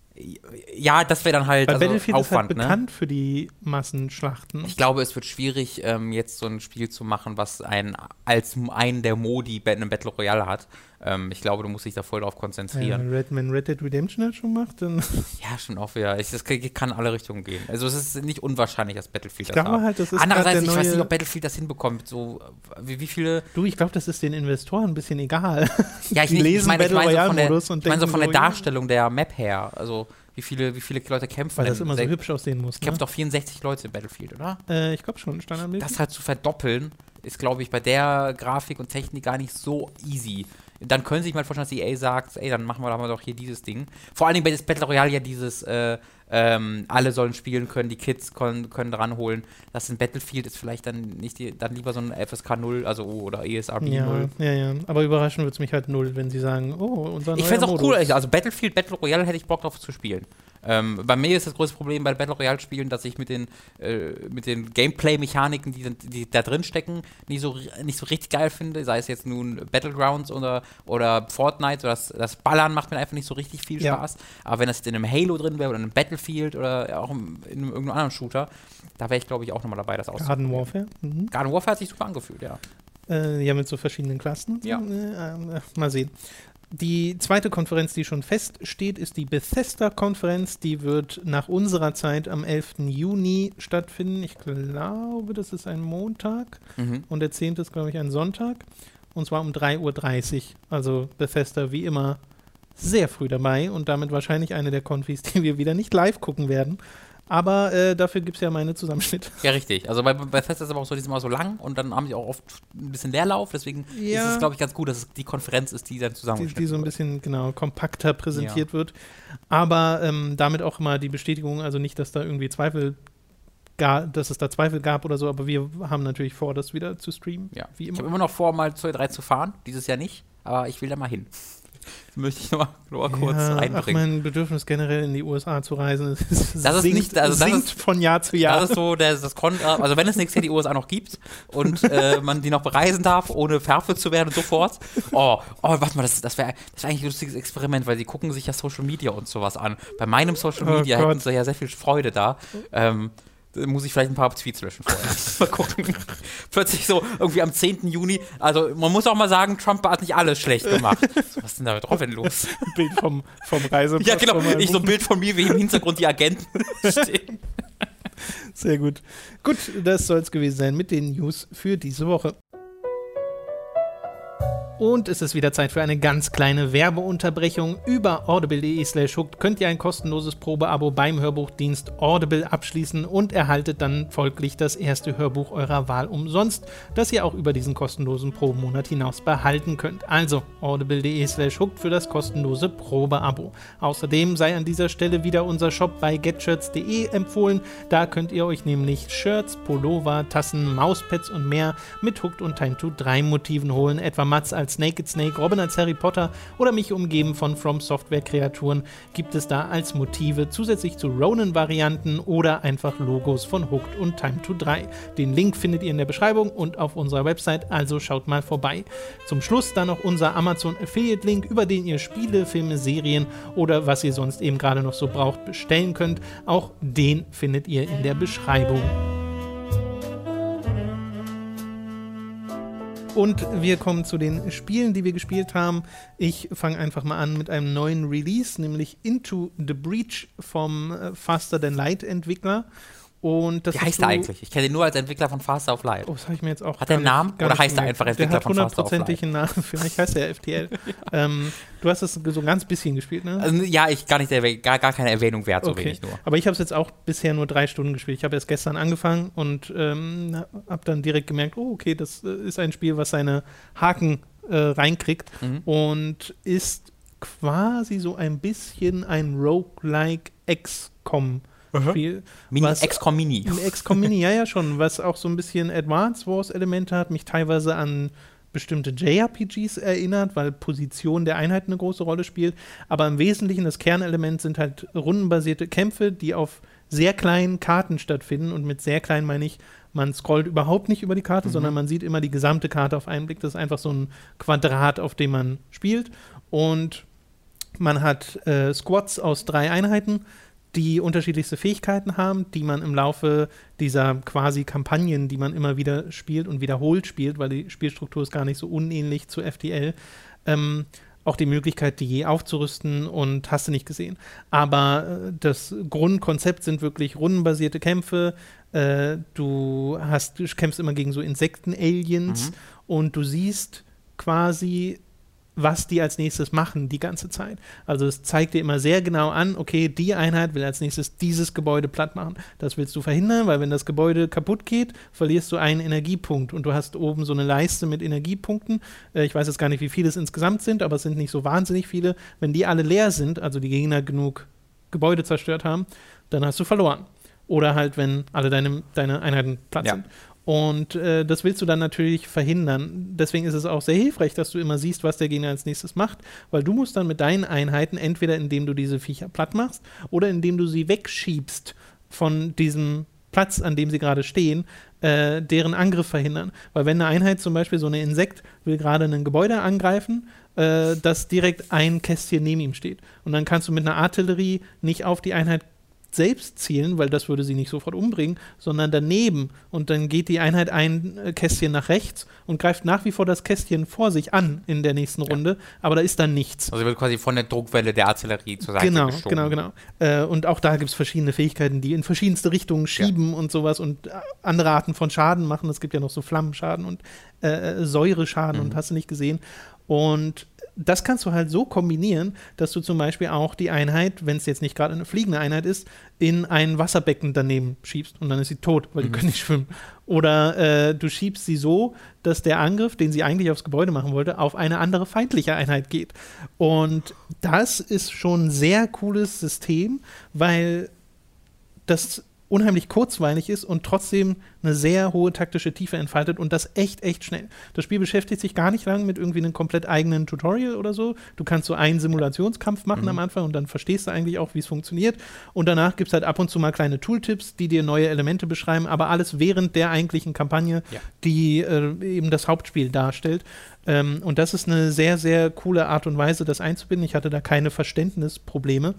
Ja, das wäre dann halt Weil also Battlefield Aufwand, ist halt bekannt für die Massenschlachten. Ich glaube, es wird schwierig, ähm, jetzt so ein Spiel zu machen, was ein, als einen der Modi bei einem Battle Royale hat. Ähm, ich glaube, du musst dich da voll drauf Ja, konzentrieren. wenn Red, wenn Red Dead Redemption das schon macht, dann. Ja, schon auch wieder. Ich, das kann in alle Richtungen gehen. Also es ist nicht unwahrscheinlich, dass Battlefield Ich das glaube hat. halt, das ist Andererseits, grad der ich weiß neue- nicht, ob Battlefield das hinbekommt. So, wie, wie viele. Du, ich glaube, das ist den Investoren ein bisschen egal. Ja, ich, Die nicht, ich lesen meine ich Battle mein so von der, Royale-Modus und ich mein so denken von der so, ja. Darstellung der Map her. Also wie viele, wie viele Leute kämpfen. Weil das denn? immer so Sech- hübsch aussehen muss. Es Ne? kämpfen doch vierundsechzig Leute in Battlefield, oder? Äh, ich glaube schon, standardmäßig. Das halt zu verdoppeln, ist, glaube ich, bei der Grafik und Technik gar nicht so easy. Dann können Sie sich mal vorstellen, dass E A sagt, ey, dann machen wir, haben wir doch hier dieses Ding. Vor allen Dingen bei das Battle Royale ja dieses, äh, ähm, alle sollen spielen können, die Kids können, können dran holen. Das in Battlefield ist vielleicht dann nicht die, dann lieber so ein F S K null, also oder E S R B ja, null. ja, ja. Aber überraschen würde es mich halt null, wenn sie sagen, oh, unser neuer Ich fände es auch Modus. cool, also Battlefield, Battle Royale hätte ich Bock drauf zu spielen. Ähm, bei mir ist das größte Problem bei Battle Royale-Spielen, dass ich mit den, äh, mit den Gameplay-Mechaniken, die, sind- die da drin stecken, nicht so, nicht so richtig geil finde. Sei es jetzt nun Battlegrounds oder, oder Fortnite, oder das, das Ballern macht mir einfach nicht so richtig viel Ja. Spaß. Aber wenn das in einem Halo drin wäre oder in einem Battlefield oder auch in, in einem, irgendeinem anderen Shooter, da wäre ich, glaube ich, auch nochmal dabei, das auszuprobieren. Garden Warfare. Mhm. Garden Warfare hat sich super angefühlt, ja. Äh, ja, mit so verschiedenen Klassen. Ja. Äh, äh, mal sehen. Die zweite Konferenz, die schon feststeht, ist die Bethesda-Konferenz. Die wird nach unserer Zeit am elften Juni stattfinden. Ich glaube, das ist ein Montag Mhm. und der zehnte ist, glaube ich, ein Sonntag. Und zwar um drei Uhr dreißig. Also Bethesda wie immer sehr früh dabei und damit wahrscheinlich eine der Konfis, die wir wieder nicht live gucken werden. Aber äh, dafür gibt es ja meine Zusammenschnitte. Ja, richtig. Also bei bei Bethesda ist es aber auch so, die sind immer so lang und dann haben sie auch oft ein bisschen Leerlauf. Deswegen Ja. ist es, glaube ich, ganz gut, dass es die Konferenz ist, die dann Die, zusammengeschnitten die so ein wird. bisschen genau kompakter präsentiert wird. Aber ähm, damit auch immer die Bestätigung, also nicht, dass da irgendwie Zweifel gar, dass es da Zweifel gab oder so, aber wir haben natürlich vor, das wieder zu streamen. Ja. Wie Ich immer. habe immer noch vor, mal zur E drei zu fahren. Dieses Jahr nicht, aber ich will da mal hin. Das möchte ich nur mal, nur mal kurz ja, ach, einbringen. mein Bedürfnis generell in die U S A zu reisen, es, es Das ist sinkt, nicht- also das sinkt ist- von Jahr zu Jahr. Das ist so das, das Kontra. Also wenn es nächstes Jahr die U S A noch gibt und äh, man die noch bereisen darf, ohne verhaftet zu werden und so fort. Oh, oh warte mal, das, das wäre das wär eigentlich ein lustiges Experiment, weil sie gucken sich ja Social Media und sowas an. Bei meinem Social Oh Media Gott. hätten sie ja sehr viel Freude da. Ähm, da muss ich vielleicht ein paar Tweets löschen vorher. Mal gucken. Plötzlich so irgendwie am zehnten Juni. Also man muss auch mal sagen, Trump hat nicht alles schlecht gemacht. So, was ist denn da drauf denn los? Bild vom, vom Reisepass. Ja, genau. schon mal Ich so ein buchen. Bild von mir, wie im Hintergrund die Agenten stehen. Sehr gut. Gut, das soll es gewesen sein mit den News für diese Woche. Und es ist wieder Zeit für eine ganz kleine Werbeunterbrechung. Über audible.de slash hooked könnt ihr ein kostenloses Probeabo beim Hörbuchdienst Audible abschließen und erhaltet dann folglich das erste Hörbuch eurer Wahl umsonst, das ihr auch über diesen kostenlosen Probemonat hinaus behalten könnt. Also audible.de slash hooked für das kostenlose Probeabo. Außerdem sei an dieser Stelle wieder unser Shop bei getshirts punkt de empfohlen. Da könnt ihr euch nämlich Shirts, Pullover, Tassen, Mauspads und mehr mit Hooked und Time to drei Motiven holen, etwa Mats als Naked Snake, Robin als Harry Potter oder mich umgeben von From Software Kreaturen gibt es da als Motive zusätzlich zu Ronin-Varianten oder einfach Logos von Hooked und Time to drei. Den Link findet ihr in der Beschreibung und auf unserer Website, also schaut mal vorbei. Zum Schluss dann noch unser Amazon Affiliate Link, über den ihr Spiele, Filme, Serien oder was ihr sonst eben gerade noch so braucht bestellen könnt. Auch den findet ihr in der Beschreibung. Und wir kommen zu den Spielen, die wir gespielt haben. Ich fange einfach mal an mit einem neuen Release, nämlich Into the Breach vom äh, Faster Than Light Entwickler. Und das Wie ist heißt so, er eigentlich? Ich kenne ihn nur als Entwickler von Faster of Light. Oh, das habe ich mir jetzt auch Hat der gar einen Namen nicht- gar oder nicht heißt er gemerkt. einfach Entwickler Der hat von Faster of hundertprozentig einen Namen, vielleicht heißt er F T L. ähm, du hast das so ein ganz bisschen gespielt, ne? Also, ja, ich gar nicht erwäh- gar, gar keine Erwähnung wert, so Okay. wenig nur. Aber ich habe es jetzt auch bisher nur drei Stunden gespielt. Ich habe erst gestern angefangen und ähm, habe dann direkt gemerkt, oh, okay, das äh, ist ein Spiel, was seine Haken äh, reinkriegt Mhm. und ist quasi so ein bisschen ein Roguelike X COM-Spiel. Mini, was- X COM Mini. Ein X COM Mini, ja, ja schon, was auch so ein bisschen Advance Wars-Elemente hat, mich teilweise an bestimmte J R P Gs erinnert, weil Position der Einheit eine große Rolle spielt. Aber im Wesentlichen, das Kernelement sind halt rundenbasierte Kämpfe, die auf sehr kleinen Karten stattfinden. Und mit sehr klein meine ich, man scrollt überhaupt nicht über die Karte, mhm. sondern man sieht immer die gesamte Karte auf einen Blick. Das ist einfach so ein Quadrat, auf dem man spielt. Und man hat äh, Squads aus drei Einheiten, die unterschiedlichste Fähigkeiten haben, die man im Laufe dieser quasi Kampagnen, die man immer wieder spielt und wiederholt spielt, weil die Spielstruktur ist gar nicht so unähnlich zu F T L, ähm, auch die Möglichkeit, die aufzurüsten und hast du nicht gesehen. Aber äh, das Grundkonzept sind wirklich rundenbasierte Kämpfe. Äh, du hast, du kämpfst immer gegen so Insekten-Aliens mhm. und du siehst quasi, was die als nächstes machen die ganze Zeit. Also es zeigt dir immer sehr genau an, okay, die Einheit will als nächstes dieses Gebäude platt machen. Das willst du verhindern, weil wenn das Gebäude kaputt geht, verlierst du einen Energiepunkt und du hast oben so eine Leiste mit Energiepunkten. Äh, ich weiß jetzt gar nicht, wie viele es insgesamt sind, aber es sind nicht so wahnsinnig viele. Wenn die alle leer sind, also die Gegner genug Gebäude zerstört haben, dann hast du verloren. Oder halt, wenn alle deine, deine Einheiten platt ja. sind. Und äh, das willst du dann natürlich verhindern. Deswegen ist es auch sehr hilfreich, dass du immer siehst, was der Gegner als nächstes macht, weil du musst dann mit deinen Einheiten, entweder indem du diese Viecher platt machst oder indem du sie wegschiebst von diesem Platz, an dem sie gerade stehen, äh, deren Angriff verhindern. Weil wenn eine Einheit zum Beispiel, so eine Insekt, will gerade ein Gebäude angreifen, äh, das direkt ein Kästchen neben ihm steht. Und dann kannst du mit einer Artillerie nicht auf die Einheit selbst zielen, weil das würde sie nicht sofort umbringen, sondern daneben. Und dann geht die Einheit ein Kästchen nach rechts und greift nach wie vor das Kästchen vor sich an in der nächsten Runde, ja. aber da ist dann nichts. Also wird quasi von der Druckwelle der Artillerie zur Seite genau, geschoben. Genau, genau, genau. Äh, und auch da gibt es verschiedene Fähigkeiten, die in verschiedenste Richtungen schieben ja. und sowas und andere Arten von Schaden machen. Es gibt ja noch so Flammenschaden und äh, Säureschaden mhm. und hast du nicht gesehen. Und das kannst du halt so kombinieren, dass du zum Beispiel auch die Einheit, wenn es jetzt nicht gerade eine fliegende Einheit ist, in ein Wasserbecken daneben schiebst und dann ist sie tot, weil mhm. die können nicht schwimmen. Oder äh, du schiebst sie so, dass der Angriff, den sie eigentlich aufs Gebäude machen wollte, auf eine andere feindliche Einheit geht. Und das ist schon ein sehr cooles System, weil das unheimlich kurzweilig ist und trotzdem eine sehr hohe taktische Tiefe entfaltet und das echt, echt schnell. Das Spiel beschäftigt sich gar nicht lang mit irgendwie einem komplett eigenen Tutorial oder so. Du kannst so einen Simulationskampf machen mhm. am Anfang und dann verstehst du eigentlich auch, wie es funktioniert. Und danach gibt es halt ab und zu mal kleine Tooltips, die dir neue Elemente beschreiben, aber alles während der eigentlichen Kampagne, ja. die äh, eben das Hauptspiel darstellt. Ähm, und das ist eine sehr, sehr coole Art und Weise, das einzubinden. Ich hatte da keine Verständnisprobleme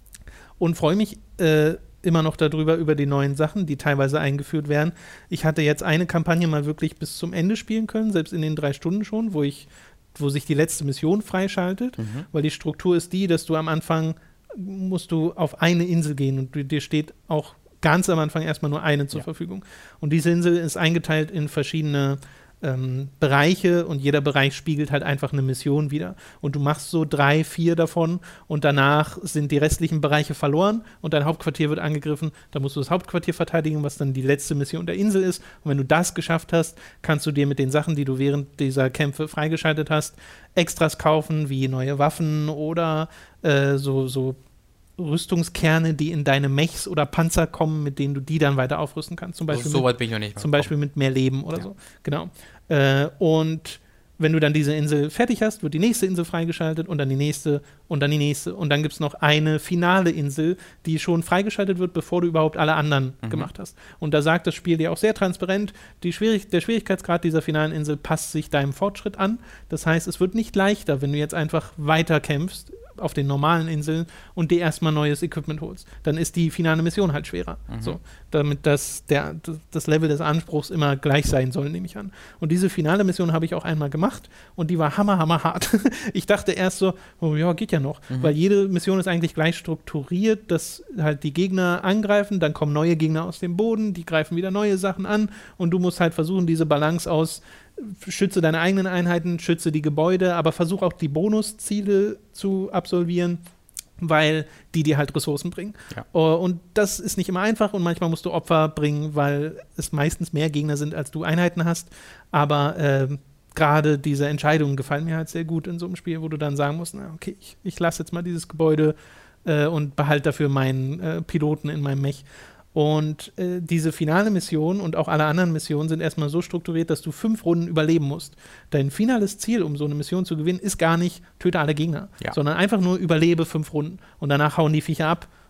und freue mich äh, immer noch darüber, über die neuen Sachen, die teilweise eingeführt werden. Ich hatte jetzt eine Kampagne mal wirklich bis zum Ende spielen können, selbst in den drei Stunden schon, wo ich, wo sich die letzte Mission freischaltet, mhm. weil die Struktur ist die, dass du am Anfang musst du auf eine Insel gehen und dir steht auch ganz am Anfang erstmal nur eine zur ja. Verfügung. Und diese Insel ist eingeteilt in verschiedene Ähm, Bereiche und jeder Bereich spiegelt halt einfach eine Mission wieder. Und du machst so drei, vier davon und danach sind die restlichen Bereiche verloren und dein Hauptquartier wird angegriffen. Da musst du das Hauptquartier verteidigen, was dann die letzte Mission der Insel ist. Und wenn du das geschafft hast, kannst du dir mit den Sachen, die du während dieser Kämpfe freigeschaltet hast, Extras kaufen, wie neue Waffen oder äh, so, so Rüstungskerne, die in deine Mechs oder Panzer kommen, mit denen du die dann weiter aufrüsten kannst. Zum Beispiel, also, so mit, weit bin ich noch nicht zum Beispiel mit mehr Leben oder ja. so. Genau. Äh, und wenn du dann diese Insel fertig hast, wird die nächste Insel freigeschaltet und dann die nächste und dann die nächste. Und dann gibt es noch eine finale Insel, die schon freigeschaltet wird, bevor du überhaupt alle anderen mhm. gemacht hast. Und da sagt das Spiel dir auch sehr transparent, die Schwierig- der Schwierigkeitsgrad dieser finalen Insel passt sich deinem Fortschritt an. Das heißt, es wird nicht leichter, wenn du jetzt einfach weiter kämpfst auf den normalen Inseln und dir erstmal neues Equipment holst. Dann ist die finale Mission halt schwerer. Mhm. So, damit das, der, das Level des Anspruchs immer gleich sein soll, nehme ich an. Und diese finale Mission habe ich auch einmal gemacht und die war hammer, hammer hart. Ich dachte erst so, oh ja, geht ja noch. Mhm. Weil jede Mission ist eigentlich gleich strukturiert, dass halt die Gegner angreifen, dann kommen neue Gegner aus dem Boden, die greifen wieder neue Sachen an und du musst halt versuchen, diese Balance aus schütze deine eigenen Einheiten, schütze die Gebäude, aber versuch auch die Bonusziele zu absolvieren, weil die dir halt Ressourcen bringen. Ja. Und das ist nicht immer einfach und manchmal musst du Opfer bringen, weil es meistens mehr Gegner sind, als du Einheiten hast. Aber äh, gerade diese Entscheidungen gefallen mir halt sehr gut in so einem Spiel, wo du dann sagen musst, na okay, ich, ich lasse jetzt mal dieses Gebäude äh, und behalte dafür meinen äh, Piloten in meinem Mech. Und äh, diese finale Mission und auch alle anderen Missionen sind erstmal so strukturiert, dass du fünf Runden überleben musst. Dein finales Ziel, um so eine Mission zu gewinnen, ist gar nicht, töte alle Gegner, ja. sondern einfach nur überlebe fünf Runden. Und danach hauen die Viecher ab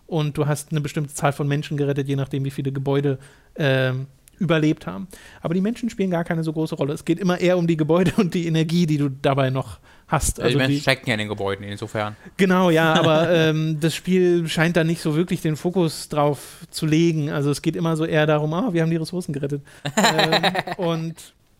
und du hast eine bestimmte Zahl von Menschen gerettet, je nachdem, wie viele Gebäude ähm, überlebt haben. Aber die Menschen spielen gar keine so große Rolle. Es geht immer eher um die Gebäude und die Energie, die du dabei noch hast. Also die Menschen die, stecken ja in den Gebäuden, insofern. Genau, ja, aber ähm, das Spiel scheint da nicht so wirklich den Fokus drauf zu legen. Also es geht immer so eher darum, ah, wir haben die Ressourcen gerettet. ähm, und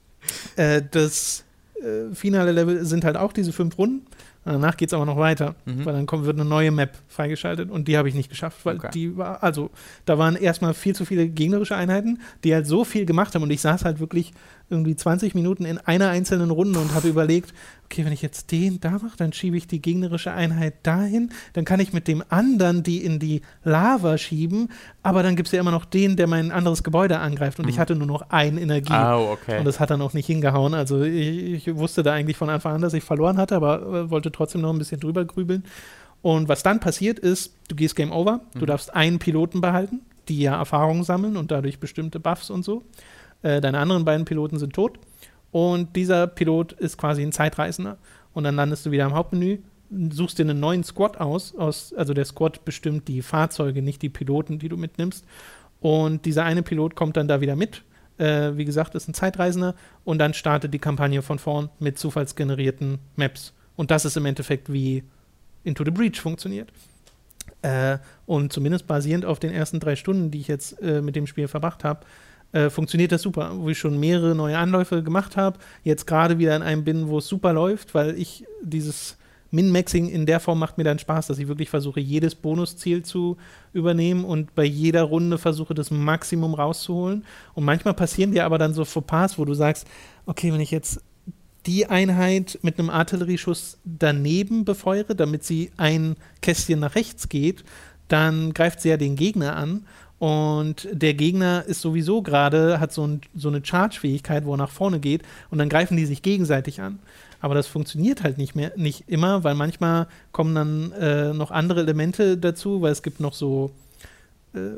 äh, das äh, finale Level sind halt auch diese fünf Runden. Danach geht es aber noch weiter, mhm. weil dann kommt, wird eine neue Map freigeschaltet und die habe ich nicht geschafft, weil okay. die war, also da waren erstmal viel zu viele gegnerische Einheiten, die halt so viel gemacht haben und ich saß halt wirklich irgendwie zwanzig Minuten in einer einzelnen Runde und habe überlegt, okay, wenn ich jetzt den da mache, dann schiebe ich die gegnerische Einheit dahin, dann kann ich mit dem anderen die in die Lava schieben, aber dann gibt es ja immer noch den, der mein anderes Gebäude angreift und mhm. ich hatte nur noch eine Energie. Oh, okay. Und das hat dann auch nicht hingehauen, also ich, ich wusste da eigentlich von Anfang an, dass ich verloren hatte, aber äh, wollte trotzdem noch ein bisschen drüber grübeln. Und was dann passiert ist, du gehst Game Over, mhm. du darfst einen Piloten behalten, die ja Erfahrungen sammeln und dadurch bestimmte Buffs und so. Äh, deine anderen beiden Piloten sind tot und dieser Pilot ist quasi ein Zeitreisender und dann landest du wieder im Hauptmenü, suchst dir einen neuen Squad aus, aus also der Squad bestimmt die Fahrzeuge, nicht die Piloten, die du mitnimmst und dieser eine Pilot kommt dann da wieder mit, äh, wie gesagt, ist ein Zeitreisender und dann startet die Kampagne von vorn mit zufallsgenerierten Maps und das ist im Endeffekt wie Into the Breach funktioniert. Äh, und zumindest basierend auf den ersten drei Stunden, die ich jetzt äh, mit dem Spiel verbracht habe, Äh, funktioniert das super, wo ich schon mehrere neue Anläufe gemacht habe, jetzt gerade wieder in einem bin, wo es super läuft, weil ich dieses Min-Maxing in der Form macht mir dann Spaß, dass ich wirklich versuche, jedes Bonusziel zu übernehmen und bei jeder Runde versuche, das Maximum rauszuholen. Und manchmal passieren dir aber dann so Fauxpas, wo du sagst, okay, wenn ich jetzt die Einheit mit einem Artillerieschuss daneben befeuere, damit sie ein Kästchen nach rechts geht, dann greift sie ja den Gegner an. Und der Gegner ist sowieso gerade, hat so, ein, so eine Charge-Fähigkeit, wo er nach vorne geht und dann greifen die sich gegenseitig an. Aber das funktioniert halt nicht mehr, nicht immer, weil manchmal kommen dann äh, noch andere Elemente dazu, weil es gibt noch so äh,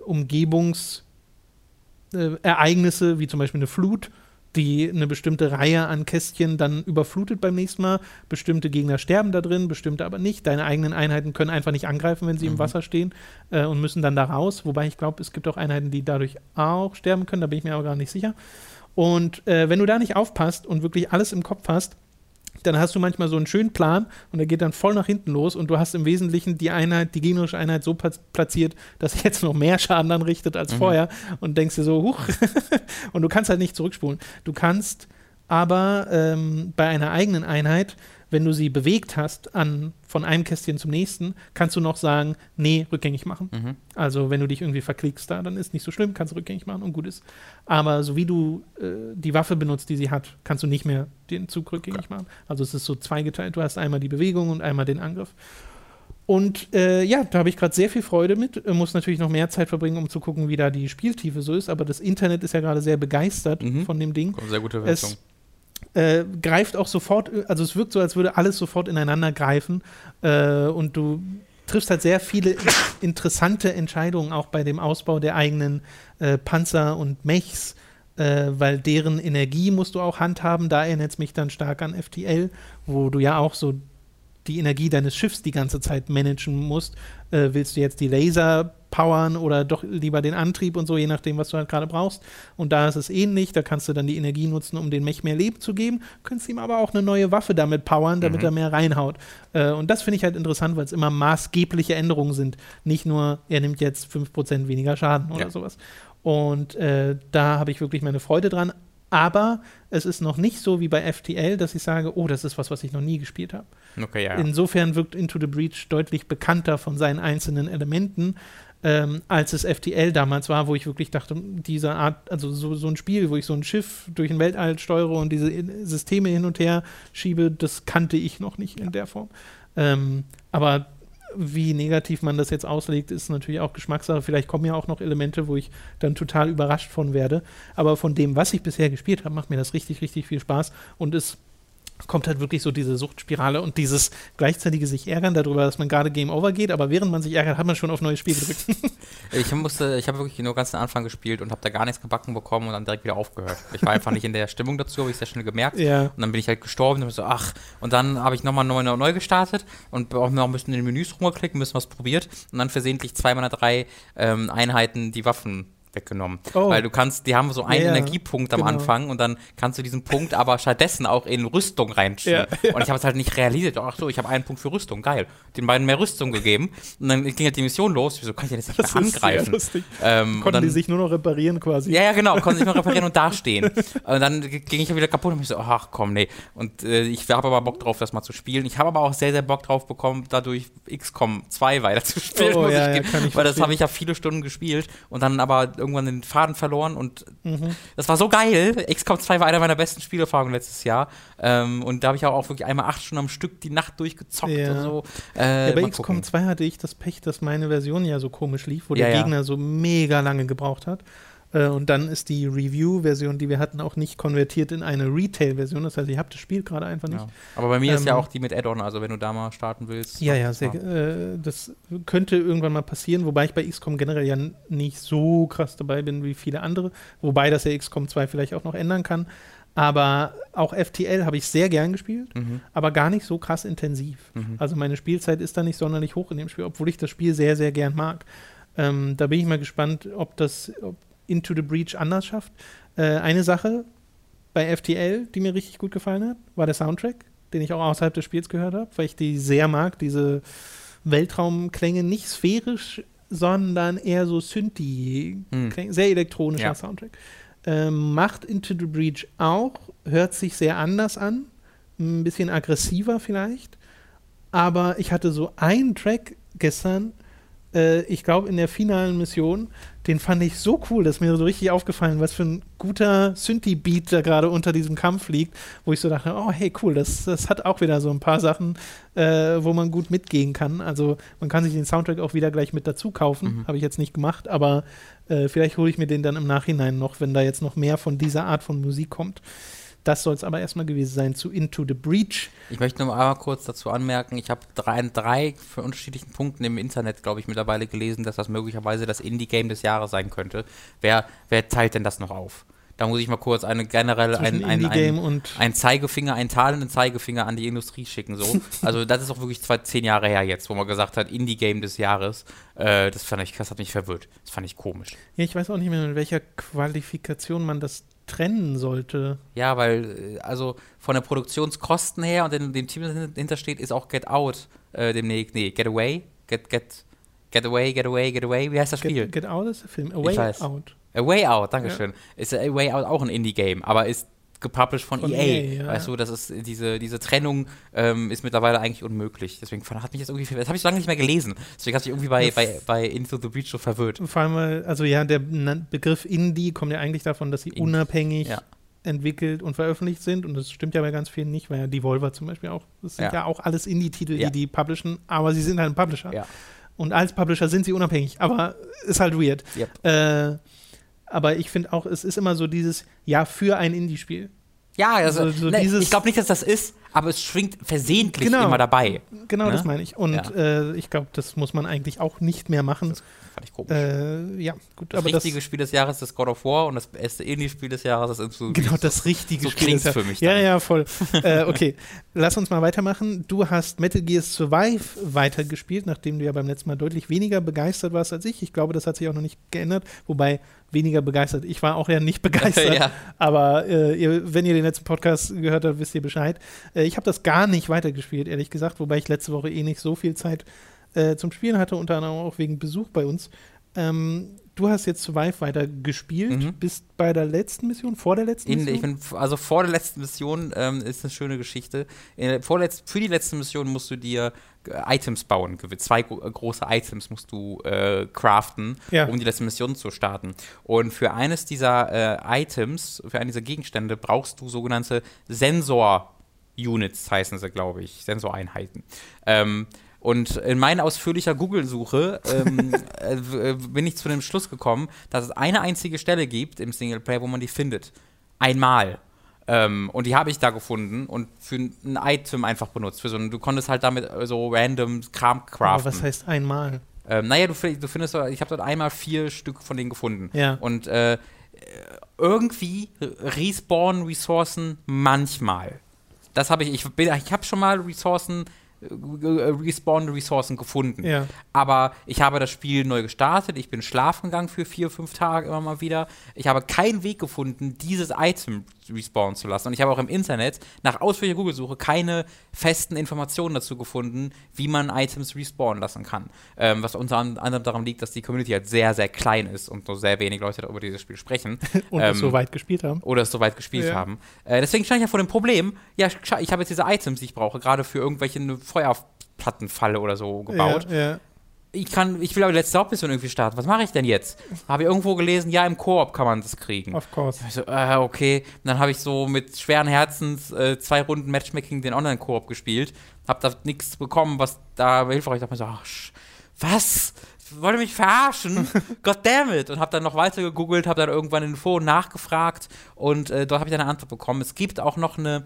Umgebungsereignisse, äh, wie zum Beispiel eine Flut, die eine bestimmte Reihe an Kästchen dann überflutet beim nächsten Mal. Bestimmte Gegner sterben da drin, bestimmte aber nicht. Deine eigenen Einheiten können einfach nicht angreifen, wenn sie mhm. im Wasser stehen äh, und müssen dann da raus. Wobei ich glaube, es gibt auch Einheiten, die dadurch auch sterben können. Da bin ich mir aber gar nicht sicher. Und äh, wenn du da nicht aufpasst und wirklich alles im Kopf hast, dann hast du manchmal so einen schönen Plan und der geht dann voll nach hinten los und du hast im Wesentlichen die Einheit, die gegnerische Einheit so platziert, dass sie jetzt noch mehr Schaden anrichtet als mhm. vorher und denkst dir so, huch, und du kannst halt nicht zurückspulen. Du kannst aber ähm, bei einer eigenen Einheit, wenn du sie bewegt hast an, von einem Kästchen zum nächsten, kannst du noch sagen, nee, rückgängig machen. Mhm. Also wenn du dich irgendwie verklickst da, dann ist nicht so schlimm, kannst du rückgängig machen und gut ist. Aber so wie du äh, die Waffe benutzt, die sie hat, kannst du nicht mehr den Zug rückgängig okay. machen. Also es ist so zweigeteilt, du hast einmal die Bewegung und einmal den Angriff. Und äh, ja, da habe ich gerade sehr viel Freude mit. Muss natürlich noch mehr Zeit verbringen, um zu gucken, wie da die Spieltiefe so ist. Aber das Internet ist ja gerade sehr begeistert mhm. von dem Ding. Sehr gute Version. Es Äh, greift auch sofort, also es wirkt so, als würde alles sofort ineinander greifen äh, und du triffst halt sehr viele interessante Entscheidungen auch bei dem Ausbau der eigenen äh, Panzer und Mechs, äh, weil deren Energie musst du auch handhaben. Da erinnert es mich dann stark an F T L, wo du ja auch so die Energie deines Schiffs die ganze Zeit managen musst. Äh, willst du jetzt die Laser powern oder doch lieber den Antrieb und so, je nachdem, was du halt gerade brauchst. Und da ist es ähnlich, da kannst du dann die Energie nutzen, um den Mech mehr Leben zu geben, könntest ihm aber auch eine neue Waffe damit powern, damit mhm. er mehr reinhaut. Äh, und das finde ich halt interessant, weil es immer maßgebliche Änderungen sind. Nicht nur, er nimmt jetzt fünf Prozent weniger Schaden oder ja. sowas. Und äh, da habe ich wirklich meine Freude dran. Aber es ist noch nicht so wie bei F T L, dass ich sage, oh, das ist was, was ich noch nie gespielt habe. Okay, ja. Insofern wirkt Into the Breach deutlich bekannter von seinen einzelnen Elementen, ähm, als es F T L damals war, wo ich wirklich dachte, diese Art, also so, so ein Spiel, wo ich so ein Schiff durch den Weltall steuere und diese Systeme hin und her schiebe, das kannte ich noch nicht in der Form. Ähm, aber wie negativ man das jetzt auslegt, ist natürlich auch Geschmackssache. Vielleicht kommen ja auch noch Elemente, wo ich dann total überrascht von werde. Aber von dem, was ich bisher gespielt habe, macht mir das richtig, richtig viel Spaß und ist kommt halt wirklich so diese Suchtspirale und dieses gleichzeitige sich ärgern darüber, dass man gerade Game Over geht, aber während man sich ärgert, hat man schon auf neues Spiel gedrückt. Ich musste, ich habe wirklich nur ganz den Anfang gespielt und habe da gar nichts gebacken bekommen und dann direkt wieder aufgehört. Ich war einfach nicht in der Stimmung dazu, habe ich sehr schnell gemerkt. Ja. Und dann bin ich halt gestorben und so, ach, und dann habe ich nochmal neu, neu gestartet und auch noch ein bisschen in den Menüs rumgeklickt, ein bisschen was probiert und dann versehentlich zwei meiner drei ähm, Einheiten die Waffen weggenommen. Oh. Weil du kannst, die haben so einen ja, Energiepunkt am genau. Anfang und dann kannst du diesen Punkt aber stattdessen auch in Rüstung reinschieben. Ja, ja. Und ich habe es halt nicht realisiert. Ach so, ich habe einen Punkt für Rüstung, geil. Den beiden mehr Rüstung gegeben und dann ging halt die Mission los. Wieso kann ich das nicht das mehr angreifen? Ähm, konnten dann, die sich nur noch reparieren quasi. Ja, ja, genau, konnten sich nur reparieren und dastehen. Und dann ging ich ja wieder kaputt und ich so, ach komm, nee. Und äh, ich habe aber Bock drauf, das mal zu spielen. Ich habe aber auch sehr, sehr Bock drauf bekommen, dadurch X COM zwei weiter zu spielen, oh, muss ja, ich ja, geben. kann ich weil das habe ich ja viele Stunden gespielt und dann aber irgendwann den Faden verloren und mhm. das war so geil. X COM zwei war einer meiner besten Spielerfahrungen letztes Jahr. Ähm, und da habe ich auch, auch wirklich einmal acht Stunden am Stück die Nacht durchgezockt ja. und so. Äh, ja, bei X COM zwei hatte ich das Pech, dass meine Version ja so komisch lief, wo ja, der ja. Gegner so mega lange gebraucht hat. Äh, und dann ist die Review-Version, die wir hatten, auch nicht konvertiert in eine Retail-Version. Das heißt, ich habe das Spiel gerade einfach nicht. Ja. Aber bei mir ähm, ist ja auch die mit Add-on, also wenn du da mal starten willst. Ja, ja, sehr, äh, das könnte irgendwann mal passieren, wobei ich bei X COM generell ja n- nicht so krass dabei bin wie viele andere. Wobei das ja X COM zwei vielleicht auch noch ändern kann. Aber auch F T L habe ich sehr gern gespielt, mhm. aber gar nicht so krass intensiv. Mhm. Also meine Spielzeit ist da nicht sonderlich hoch in dem Spiel, obwohl ich das Spiel sehr, sehr gern mag. Ähm, da bin ich mal gespannt, ob das ob Into the Breach anders schafft. Äh, eine Sache bei F T L, die mir richtig gut gefallen hat, war der Soundtrack, den ich auch außerhalb des Spiels gehört habe, weil ich die sehr mag, diese Weltraumklänge, nicht sphärisch, sondern eher so Synthi, mhm. sehr elektronischer ja. Soundtrack. Ähm, macht Into the Breach auch, hört sich sehr anders an, ein bisschen aggressiver vielleicht, aber ich hatte so einen Track gestern, äh, ich glaube in der finalen Mission, den fand ich so cool, dass mir so richtig aufgefallen, was für ein guter Synthi-Beat da gerade unter diesem Kampf liegt, wo ich so dachte, oh hey, cool, das, das hat auch wieder so ein paar Sachen, äh, wo man gut mitgehen kann. Also man kann sich den Soundtrack auch wieder gleich mit dazu kaufen, mhm. habe ich jetzt nicht gemacht, aber äh, vielleicht hole ich mir den dann im Nachhinein noch, wenn da jetzt noch mehr von dieser Art von Musik kommt. Das soll es aber erstmal gewesen sein zu Into the Breach. Ich möchte nur mal kurz dazu anmerken, ich habe drei, drei von unterschiedlichen Punkten im Internet, glaube ich, mittlerweile gelesen, dass das möglicherweise das Indie-Game des Jahres sein könnte. Wer, wer teilt denn das noch auf? Da muss ich mal kurz eine generelle ein, ein, ein, ein, ein Zeigefinger, einen tadelnden Zeigefinger an die Industrie schicken. So. Also das ist auch wirklich zwei, zehn Jahre her jetzt, wo man gesagt hat, Indie-Game des Jahres. Äh, das fand ich, das hat mich verwirrt. Das fand ich komisch. Ja, ich weiß auch nicht mehr, in welcher Qualifikation man das trennen sollte. Ja, weil, also von der Produktionskosten her und dem, dem Team, das dahinter steht, ist auch Get Out, äh, dem, nee, nee, Get Away, Get, Get, Get Away, Get Away, Get Away, wie heißt das Spiel? Get, Get Out ist der Film, Away Out. A Way Out, dankeschön. Ja. Ist A Way Out auch ein Indie-Game, aber ist gepublished von, von E A. E A ja. Weißt du, das ist diese, diese Trennung ähm, ist mittlerweile eigentlich unmöglich. Deswegen hat mich jetzt irgendwie, das habe ich so lange nicht mehr gelesen. Deswegen hat mich irgendwie bei, bei, bei Into the Breach so verwirrt. Vor allem, also ja, der Begriff Indie kommt ja eigentlich davon, dass sie Indie. unabhängig ja. entwickelt und veröffentlicht sind. Und das stimmt ja bei ganz vielen nicht, weil ja Devolver zum Beispiel auch, das sind ja, ja auch alles Indie-Titel, ja. die die publishen, aber sie sind halt ein Publisher. Ja. Und als Publisher sind sie unabhängig, aber ist halt weird. Yep. Äh, aber ich finde auch, es ist immer so dieses, ja, für ein Indie-Spiel. Ja, also, so, so ne, ich glaube nicht, dass das ist, aber es schwingt versehentlich genau, immer dabei. Genau, ne? Das meine ich. Und ja. äh, ich glaube, das muss man eigentlich auch nicht mehr machen. Das fand ich komisch. Äh, ja, gut. Das aber richtige das Spiel des Jahres ist God of War und das beste Indie-Spiel des Jahres ist so. Genau, das richtige so Spiel des Jahres. für mich dann. Ja, ja, voll. äh, okay, lass uns mal weitermachen. Du hast Metal Gear Survive weitergespielt, nachdem du ja beim letzten Mal deutlich weniger begeistert warst als ich. Ich glaube, das hat sich auch noch nicht geändert, wobei weniger begeistert. Ich war auch ja nicht begeistert, ja. aber äh, ihr, wenn ihr den letzten Podcast gehört habt, wisst ihr Bescheid. Äh, ich habe das gar nicht weitergespielt, ehrlich gesagt, wobei ich letzte Woche eh nicht so viel Zeit äh, zum Spielen hatte, unter anderem auch wegen Besuch bei uns. Ähm, du hast jetzt Survive weiter gespielt, mhm. bist bei der letzten Mission, vor der letzten In, Mission? Ich bin, also vor der letzten Mission ähm, ist eine schöne Geschichte. Äh, vorletzt, für die letzte Mission musst du dir äh, Items bauen. Zwei gro- große Items musst du äh, craften, ja. um die letzte Mission zu starten. Und für eines dieser äh, Items, für einen dieser Gegenstände, brauchst du sogenannte Sensor-Units, heißen sie, glaube ich, Sensoreinheiten. Ähm, Und in meiner ausführlicher Google-Suche ähm, äh, bin ich zu dem Schluss gekommen, dass es eine einzige Stelle gibt im Singleplayer, wo man die findet. Einmal. Ähm, und die habe ich da gefunden und für ein Item einfach benutzt. Für so ein, du konntest halt damit so random Kram craften. Aber was heißt einmal? Ähm, naja, du, du findest, ich habe dort einmal vier Stück von denen gefunden. Ja. Und äh, irgendwie respawnen Ressourcen manchmal. Das habe ich, ich, ich habe schon mal Ressourcen, respawnende Ressourcen gefunden. Ja. Aber ich habe das Spiel neu gestartet, ich bin schlafen gegangen für vier, fünf Tage immer mal wieder. Ich habe keinen Weg gefunden, dieses Item respawnen zu lassen. Und ich habe auch im Internet nach ausführlicher Google-Suche keine festen Informationen dazu gefunden, wie man Items respawnen lassen kann. Ähm, was unter anderem daran liegt, dass die Community halt sehr, sehr klein ist und nur sehr wenig Leute über dieses Spiel sprechen. und ähm, es so weit gespielt haben. Oder es so weit gespielt ja. haben. Äh, deswegen stand ich ja vor dem Problem, ja, ich habe jetzt diese Items, die ich brauche, gerade für irgendwelche Feuerplattenfalle oder so gebaut. Ja, ja. Ich kann, ich will aber die letzte Hauptmission irgendwie starten. Was mache ich denn jetzt? Habe ich irgendwo gelesen, ja, im Koop kann man das kriegen. Of course. Ich so, äh, okay. Und dann habe ich so mit schweren Herzens äh, zwei Runden Matchmaking den Online-Koop gespielt. Hab da nichts bekommen, was da hilfreich war. Ich dachte mir so, ach, was? Wollte mich verarschen? Goddammit! Und hab dann noch weiter gegoogelt, hab dann irgendwann in den Foren nachgefragt und äh, dort habe ich dann eine Antwort bekommen. Es gibt auch noch eine,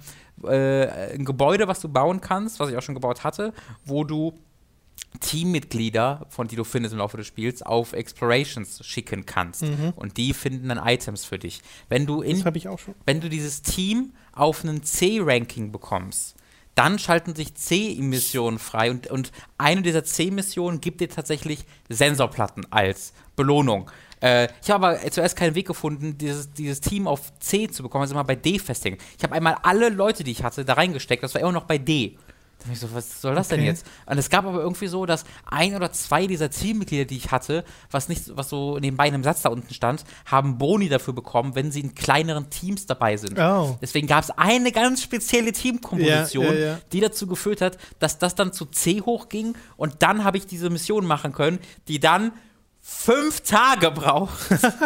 äh, ein Gebäude, was du bauen kannst, was ich auch schon gebaut hatte, wo du Teammitglieder, von die du findest im Laufe des Spiels, auf Explorations schicken kannst. Mhm. Und die finden dann Items für dich. Wenn du in, das habe ich auch schon. Wenn du dieses Team auf einen C-Ranking bekommst, dann schalten sich C-Missionen frei und, und eine dieser C-Missionen gibt dir tatsächlich Sensorplatten als Belohnung. Äh, ich habe aber zuerst keinen Weg gefunden, dieses, dieses Team auf C zu bekommen, also mal bei D festlegen. Ich habe einmal alle Leute, die ich hatte, da reingesteckt, das war immer noch bei D. Da ich so, was soll das okay. denn jetzt? Und es gab aber irgendwie so, dass ein oder zwei dieser Teammitglieder, die ich hatte, was nicht, was so nebenbei in einem Satz da unten stand, haben Boni dafür bekommen, wenn sie in kleineren Teams dabei sind. Oh. Deswegen gab es eine ganz spezielle Teamkomposition, ja, ja, ja. die dazu geführt hat, dass das dann zu C hochging und dann habe ich diese Mission machen können, die dann fünf Tage braucht,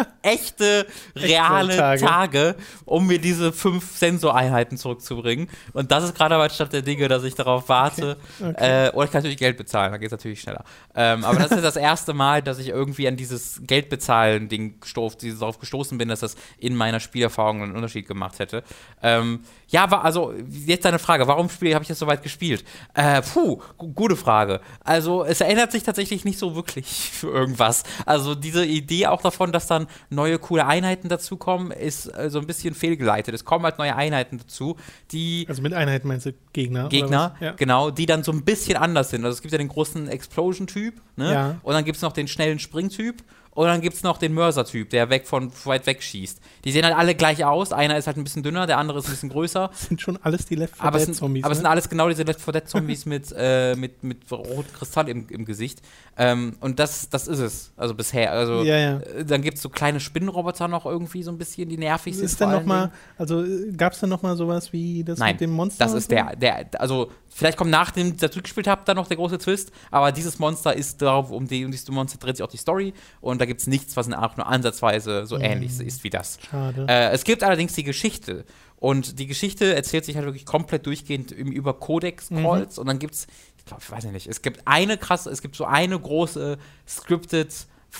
echte, reale Tage. Tage, um mir diese fünf Sensoreinheiten zurückzubringen. Und das ist gerade mein Stand der Dinge, dass ich darauf warte. Okay. Okay. Äh, oder ich kann natürlich Geld bezahlen, dann geht es natürlich schneller. Ähm, aber das ist das erste Mal, dass ich irgendwie an dieses Geldbezahlen-Ding gestoßen, darauf gestoßen bin, dass das in meiner Spielerfahrung einen Unterschied gemacht hätte. Ähm, ja, war, also, jetzt deine Frage, warum habe ich das so weit gespielt? Äh, puh, g- gute Frage. Also, es erinnert sich tatsächlich nicht so wirklich für irgendwas. Also diese Idee auch davon, dass dann neue coole Einheiten dazukommen, ist äh, so ein bisschen fehlgeleitet. Es kommen halt neue Einheiten dazu, die... Also mit Einheiten meinst du Gegner? Gegner, ja. Genau, die dann so ein bisschen anders sind. Also es gibt ja den großen Explosion-Typ, ne? Ja. Und dann gibt es noch den schnellen Spring-Typ. Und dann gibt es noch den Mörser-Typ, der weg von weit weg schießt. Die sehen halt alle gleich aus. Einer ist halt ein bisschen dünner, der andere ist ein bisschen größer. Das sind schon alles die Left four aber Dead sind, Zombies. Aber ne? es sind alles genau diese Left four Dead Zombies mit, äh, mit, mit rotem Kristall im, im Gesicht. Ähm, und das, das ist es. Also bisher. Also, ja, ja. Äh, dann gibt es so kleine Spinnenroboter noch irgendwie so ein bisschen, die nervig sind. Ist dann noch mal, also gab es dann noch mal sowas wie das Nein, mit dem Monster? Das ist so? der, der, also vielleicht kommt nach dem, der zurückgespielt habt, dann noch der große Twist, aber dieses Monster ist darauf, um, die, um dieses Monster dreht sich auch die Story und da gibt es nichts, was auch nur ansatzweise so mm. ähnlich ist wie das. Schade. Äh, es gibt allerdings die Geschichte und die Geschichte erzählt sich halt wirklich komplett durchgehend über Codex-Calls mhm. und dann gibt es, ich glaube, ich weiß nicht, es gibt eine krasse, es gibt so eine große scripted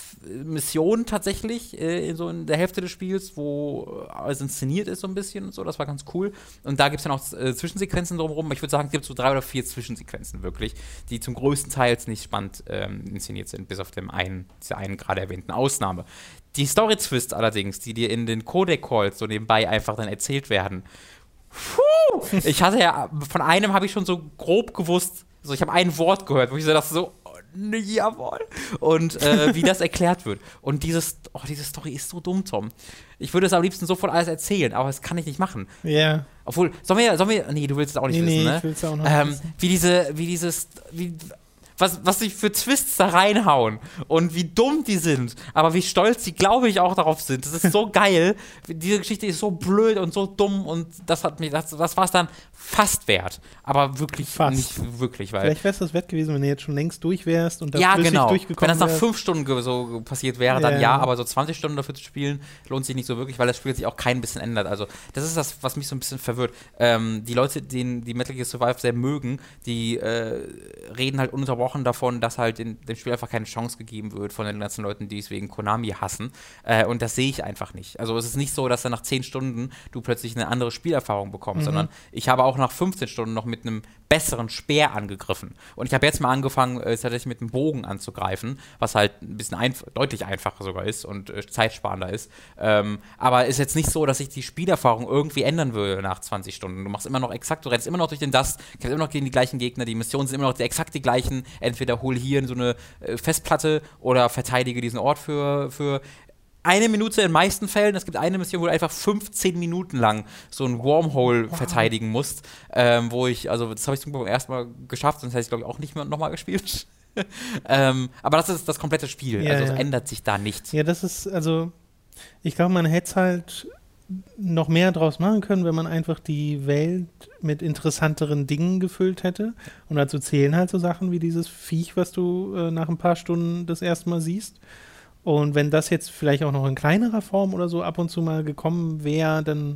Mission tatsächlich äh, in so in der Hälfte des Spiels, wo alles inszeniert ist so ein bisschen und so, das war ganz cool. Und da gibt es dann auch äh, Zwischensequenzen drumherum. Ich würde sagen, es gibt so drei oder vier Zwischensequenzen wirklich, die zum größten Teil nicht spannend ähm, inszeniert sind, bis auf dem einen, dieser einen gerade erwähnten Ausnahme. Die Story-Twists allerdings, die dir in den Codec-Calls so nebenbei einfach dann erzählt werden. Puh! Ich hatte ja, von einem habe ich schon so grob gewusst, so ich habe ein Wort gehört, wo ich so dachte so, Ne, jawohl. Und äh, wie das erklärt wird. Und dieses, oh, diese Story ist so dumm, Tom. Ich würde es am liebsten sofort alles erzählen, aber das kann ich nicht machen. Ja. Yeah. Obwohl, sollen wir, sollen wir, nee, du willst es auch nicht nee, wissen, nee, ne? ich will es auch noch ähm, wissen. Wie diese, wie dieses, wie, was, was sich für Twists da reinhauen und wie dumm die sind, aber wie stolz die, glaube ich, auch darauf sind. Das ist so geil. Diese Geschichte ist so blöd und so dumm und das hat mich, das, das war es dann fast wert. Aber wirklich fast. nicht wirklich, weil. Vielleicht wäre es das wert gewesen, wenn du jetzt schon längst durch wärst und da ja, flüssig genau. durchgekommen Wenn das nach wärst. fünf Stunden so passiert wäre, dann ja, ja, aber so zwanzig Stunden dafür zu spielen, lohnt sich nicht so wirklich, weil das Spiel sich auch kein bisschen ändert. Also, das ist das, was mich so ein bisschen verwirrt. Ähm, die Leute, die, die Metal Gear Survive sehr mögen, die äh, reden halt ununterbrochen gesprochen davon, dass halt in, dem Spiel einfach keine Chance gegeben wird von den ganzen Leuten, die es wegen Konami hassen. Äh, und das sehe ich einfach nicht. Also es ist nicht so, dass dann nach zehn Stunden du plötzlich eine andere Spielerfahrung bekommst, mhm. sondern ich habe auch nach fünfzehn Stunden noch mit einem besseren Speer angegriffen. Und ich habe jetzt mal angefangen, äh, tatsächlich mit dem Bogen anzugreifen, was halt ein bisschen einf- deutlich einfacher sogar ist und äh, zeitsparender ist. Ähm, aber ist jetzt nicht so, dass sich die Spielerfahrung irgendwie ändern würde nach zwanzig Stunden. Du machst immer noch exakt, du rennst immer noch durch den Dust, kämpfst immer noch gegen die gleichen Gegner, die Missionen sind immer noch die, exakt die gleichen. Entweder hol hier so eine äh, Festplatte oder verteidige diesen Ort für, für eine Minute in den meisten Fällen. Es gibt eine Mission, wo du einfach fünfzehn Minuten lang so ein Wormhole wow. verteidigen musst, ähm, wo ich, also das habe ich zum Beispiel erst mal geschafft, sonst hätte ich glaube ich auch nicht mehr nochmal gespielt. ähm, aber das ist das komplette Spiel, ja, also ja. es ändert sich da nichts. Ja, das ist, also ich glaube, man hätte es halt noch mehr draus machen können, wenn man einfach die Welt mit interessanteren Dingen gefüllt hätte. Und dazu zählen halt so Sachen wie dieses Viech, was du äh, nach ein paar Stunden das erste Mal siehst. Und wenn das jetzt vielleicht auch noch in kleinerer Form oder so ab und zu mal gekommen wäre, dann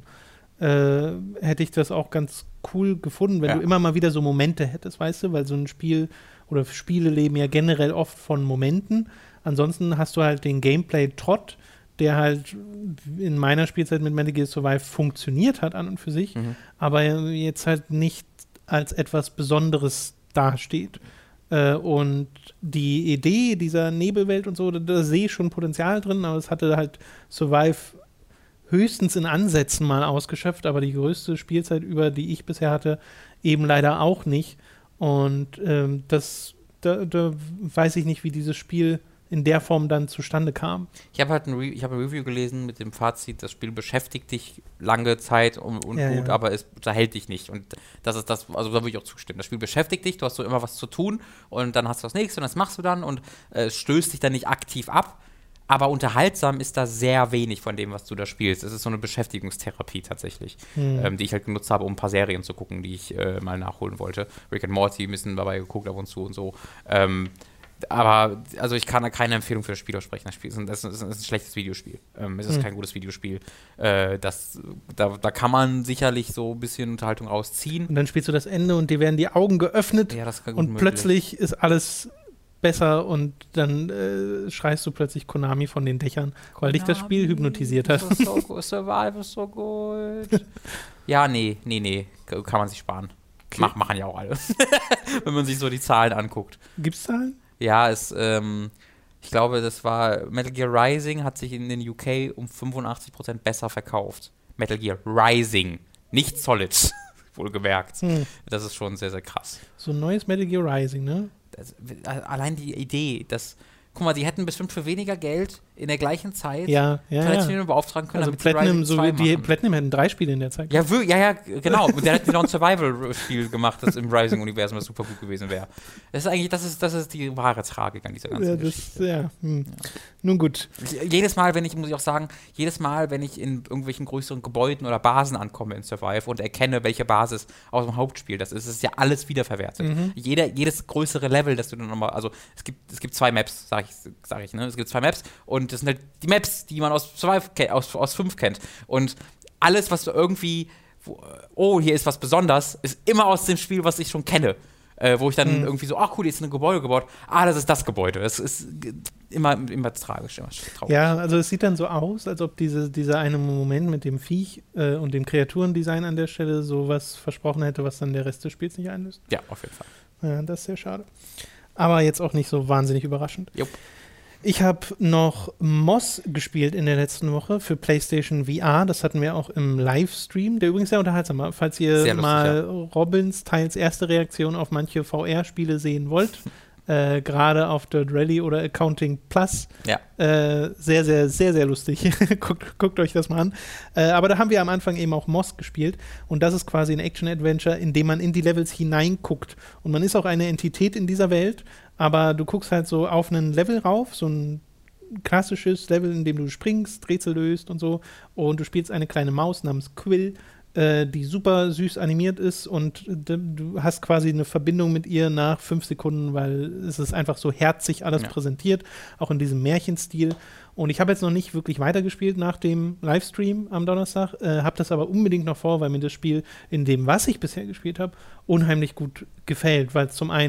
äh, hätte ich das auch ganz cool gefunden, wenn ja. du immer mal wieder so Momente hättest, weißt du, weil so ein Spiel oder Spiele leben ja generell oft von Momenten. Ansonsten hast du halt den Gameplay-Trott, der halt in meiner Spielzeit mit Metal Gear Survive funktioniert hat an und für sich, mhm. aber jetzt halt nicht als etwas Besonderes dasteht. Äh, und die Idee dieser Nebelwelt und so, da, da sehe ich schon Potenzial drin, aber es hatte halt Survive höchstens in Ansätzen mal ausgeschöpft, aber die größte Spielzeit über, die ich bisher hatte, eben leider auch nicht. Und ähm, das, da, da weiß ich nicht, wie dieses Spiel in der Form dann zustande kam. Ich habe halt ein, Re- ich hab ein Review gelesen mit dem Fazit, das Spiel beschäftigt dich lange Zeit und, und ja, gut, ja. aber es unterhält dich nicht. Und das ist das, also da würde ich auch zustimmen. Das Spiel beschäftigt dich, du hast so immer was zu tun und dann hast du das nächste und das machst du dann und äh, stößt dich dann nicht aktiv ab. Aber unterhaltsam ist da sehr wenig von dem, was du da spielst. Es ist so eine Beschäftigungstherapie tatsächlich, hm. ähm, die ich halt genutzt habe, um ein paar Serien zu gucken, die ich äh, mal nachholen wollte. Rick and Morty ein bisschen dabei geguckt ab und zu und so. Ähm, aber also ich kann da keine Empfehlung für das Spiel aussprechen. Das Spiel ist ein, das ist ein, das ist ein schlechtes Videospiel. Ähm, es ist hm. kein gutes Videospiel. Äh, das, da, da kann man sicherlich so ein bisschen Unterhaltung rausziehen. Und dann spielst du das Ende und dir werden die Augen geöffnet ja, das ist gut und möglich. Plötzlich ist alles besser und dann äh, schreist du plötzlich Konami von den Dächern, weil dich das Spiel hypnotisiert hat. Das ist so gut. Survival ist so gut. Ja, nee, nee, nee. Kann man sich sparen. Okay. Mach, machen ja auch alle. Wenn man sich so die Zahlen anguckt. Gibt's Zahlen? Ja, es, ähm, ich glaube, das war Metal Gear Rising hat sich in den U K um fünfundachtzig Prozent besser verkauft. Metal Gear Rising, nicht Solid, wohlgemerkt. Hm. Das ist schon sehr, sehr krass. So ein neues Metal Gear Rising, ne? Das, allein die Idee, dass, guck mal, die hätten bestimmt für weniger Geld in der gleichen Zeit ja, ja, ja. beauftragen können, also damit Platinum, die so wie die Platinum hätten drei Spiele in der Zeit. Ja, w- ja, ja, genau. Und der hätte noch ein Survival-Spiel gemacht, das im Rising-Universum super gut gewesen wäre. Das ist eigentlich, das ist, das ist die wahre Tragik an dieser ganzen ja, das, Geschichte. Ja, hm. ja. Nun gut. Jedes Mal, wenn ich, muss ich auch sagen, jedes Mal, wenn ich in irgendwelchen größeren Gebäuden oder Basen ankomme in Survive und erkenne, welche Basis aus dem Hauptspiel das ist, ist ja alles wiederverwertet. Mhm. Jeder, jedes größere Level, das du dann nochmal, also es gibt, es gibt zwei Maps, sag ich, sag ich, ne? Es gibt zwei Maps und das sind halt die Maps, die man aus Survive, aus, aus fünf kennt. Und alles, was du irgendwie, wo, oh, hier ist was Besonders, ist immer aus dem Spiel, was ich schon kenne. Äh, wo ich dann mhm. irgendwie so, ach cool, hier ist ein Gebäude gebaut. Ah, das ist das Gebäude. Das ist immer, immer tragisch, immer traurig. Ja, also es sieht dann so aus, als ob diese, dieser eine Moment mit dem Viech äh, und dem Kreaturendesign an der Stelle sowas versprochen hätte, was dann der Rest des Spiels nicht einlöst. Ja, auf jeden Fall. Ja, das ist sehr schade. Aber jetzt auch nicht so wahnsinnig überraschend. Jupp. Ich habe noch Moss gespielt in der letzten Woche für PlayStation V R. Das hatten wir auch im Livestream, der übrigens sehr unterhaltsam war. Falls ihr lustig, mal ja. Robins teils erste Reaktion auf manche V R-Spiele sehen wollt, äh, gerade auf Dirt Rally oder Accounting Plus, ja. äh, sehr, sehr, sehr, sehr lustig. guckt, guckt euch das mal an. Äh, aber da haben wir am Anfang eben auch Moss gespielt und das ist quasi ein Action-Adventure, in dem man in die Levels hineinguckt. Und man ist auch eine Entität in dieser Welt, aber du guckst halt so auf einen Level rauf, so ein klassisches Level, in dem du springst, Rätsel löst und so. Und du spielst eine kleine Maus namens Quill, äh, die super süß animiert ist und d- du hast quasi eine Verbindung mit ihr nach fünf Sekunden, weil es ist einfach so herzig alles ja. präsentiert, auch in diesem Märchenstil. Und ich habe jetzt noch nicht wirklich weitergespielt nach dem Livestream am Donnerstag, äh, habe das aber unbedingt noch vor, weil mir das Spiel in dem, was ich bisher gespielt habe, unheimlich gut gefällt, weil es zum einen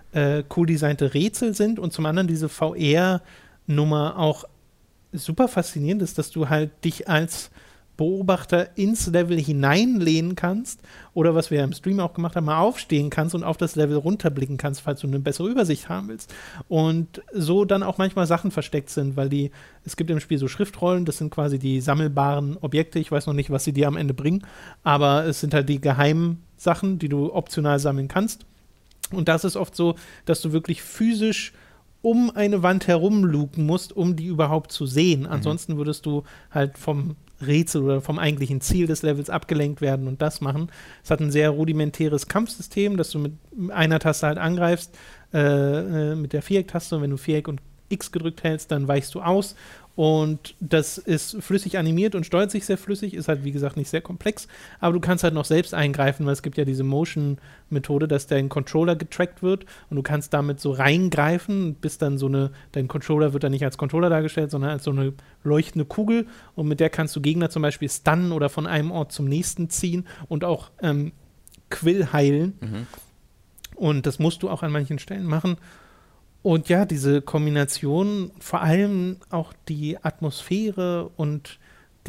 äh, cool designte Rätsel sind und zum anderen diese V R-Nummer auch super faszinierend ist, dass du halt dich als Beobachter ins Level hineinlehnen kannst oder was wir ja im Stream auch gemacht haben, mal aufstehen kannst und auf das Level runterblicken kannst, falls du eine bessere Übersicht haben willst. Und so dann auch manchmal Sachen versteckt sind, weil die, es gibt im Spiel so Schriftrollen, das sind quasi die sammelbaren Objekte, ich weiß noch nicht, was sie dir am Ende bringen, aber es sind halt die geheimen Sachen, die du optional sammeln kannst. Und das ist oft so, dass du wirklich physisch um eine Wand herum luken musst, um die überhaupt zu sehen. Ansonsten würdest du halt vom Rätsel oder vom eigentlichen Ziel des Levels abgelenkt werden und das machen. Es hat ein sehr rudimentäres Kampfsystem, dass du mit einer Taste halt angreifst, äh, mit der Viereck-Taste, und wenn du Viereck und X gedrückt hältst, dann weichst du aus. Und das ist flüssig animiert und steuert sich sehr flüssig, ist halt, wie gesagt, nicht sehr komplex. Aber du kannst halt noch selbst eingreifen, weil es gibt ja diese Motion-Methode, dass dein Controller getrackt wird und du kannst damit so reingreifen, bis dann so eine, dein Controller wird dann nicht als Controller dargestellt, sondern als so eine leuchtende Kugel. Und mit der kannst du Gegner zum Beispiel stunnen oder von einem Ort zum nächsten ziehen und auch ähm, Quill heilen. Mhm. Und das musst du auch an manchen Stellen machen. Und ja, diese Kombination, vor allem auch die Atmosphäre und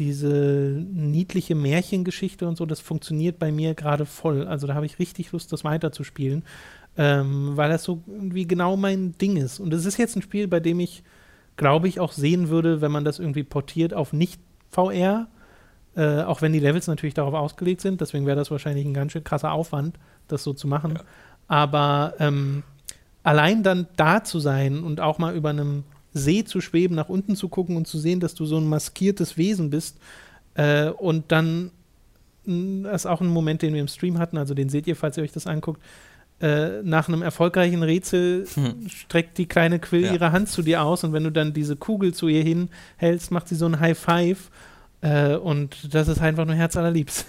diese niedliche Märchengeschichte und so, das funktioniert bei mir gerade voll. Also da habe ich richtig Lust, das weiterzuspielen, ähm, weil das so irgendwie genau mein Ding ist. Und es ist jetzt ein Spiel, bei dem ich, glaube ich, auch sehen würde, wenn man das irgendwie portiert auf Nicht-V R, äh, auch wenn die Levels natürlich darauf ausgelegt sind. Deswegen wäre das wahrscheinlich ein ganz schön krasser Aufwand, das so zu machen. Ja. Aber ähm, allein dann da zu sein und auch mal über einem See zu schweben, nach unten zu gucken und zu sehen, dass du so ein maskiertes Wesen bist äh, und dann, das ist auch ein Moment, den wir im Stream hatten, also den seht ihr, falls ihr euch das anguckt, äh, nach einem erfolgreichen Rätsel hm. streckt die kleine Quill ja. ihre Hand zu dir aus und wenn du dann diese Kugel zu ihr hinhältst, macht sie so ein High Five äh, und das ist einfach nur herzallerliebst.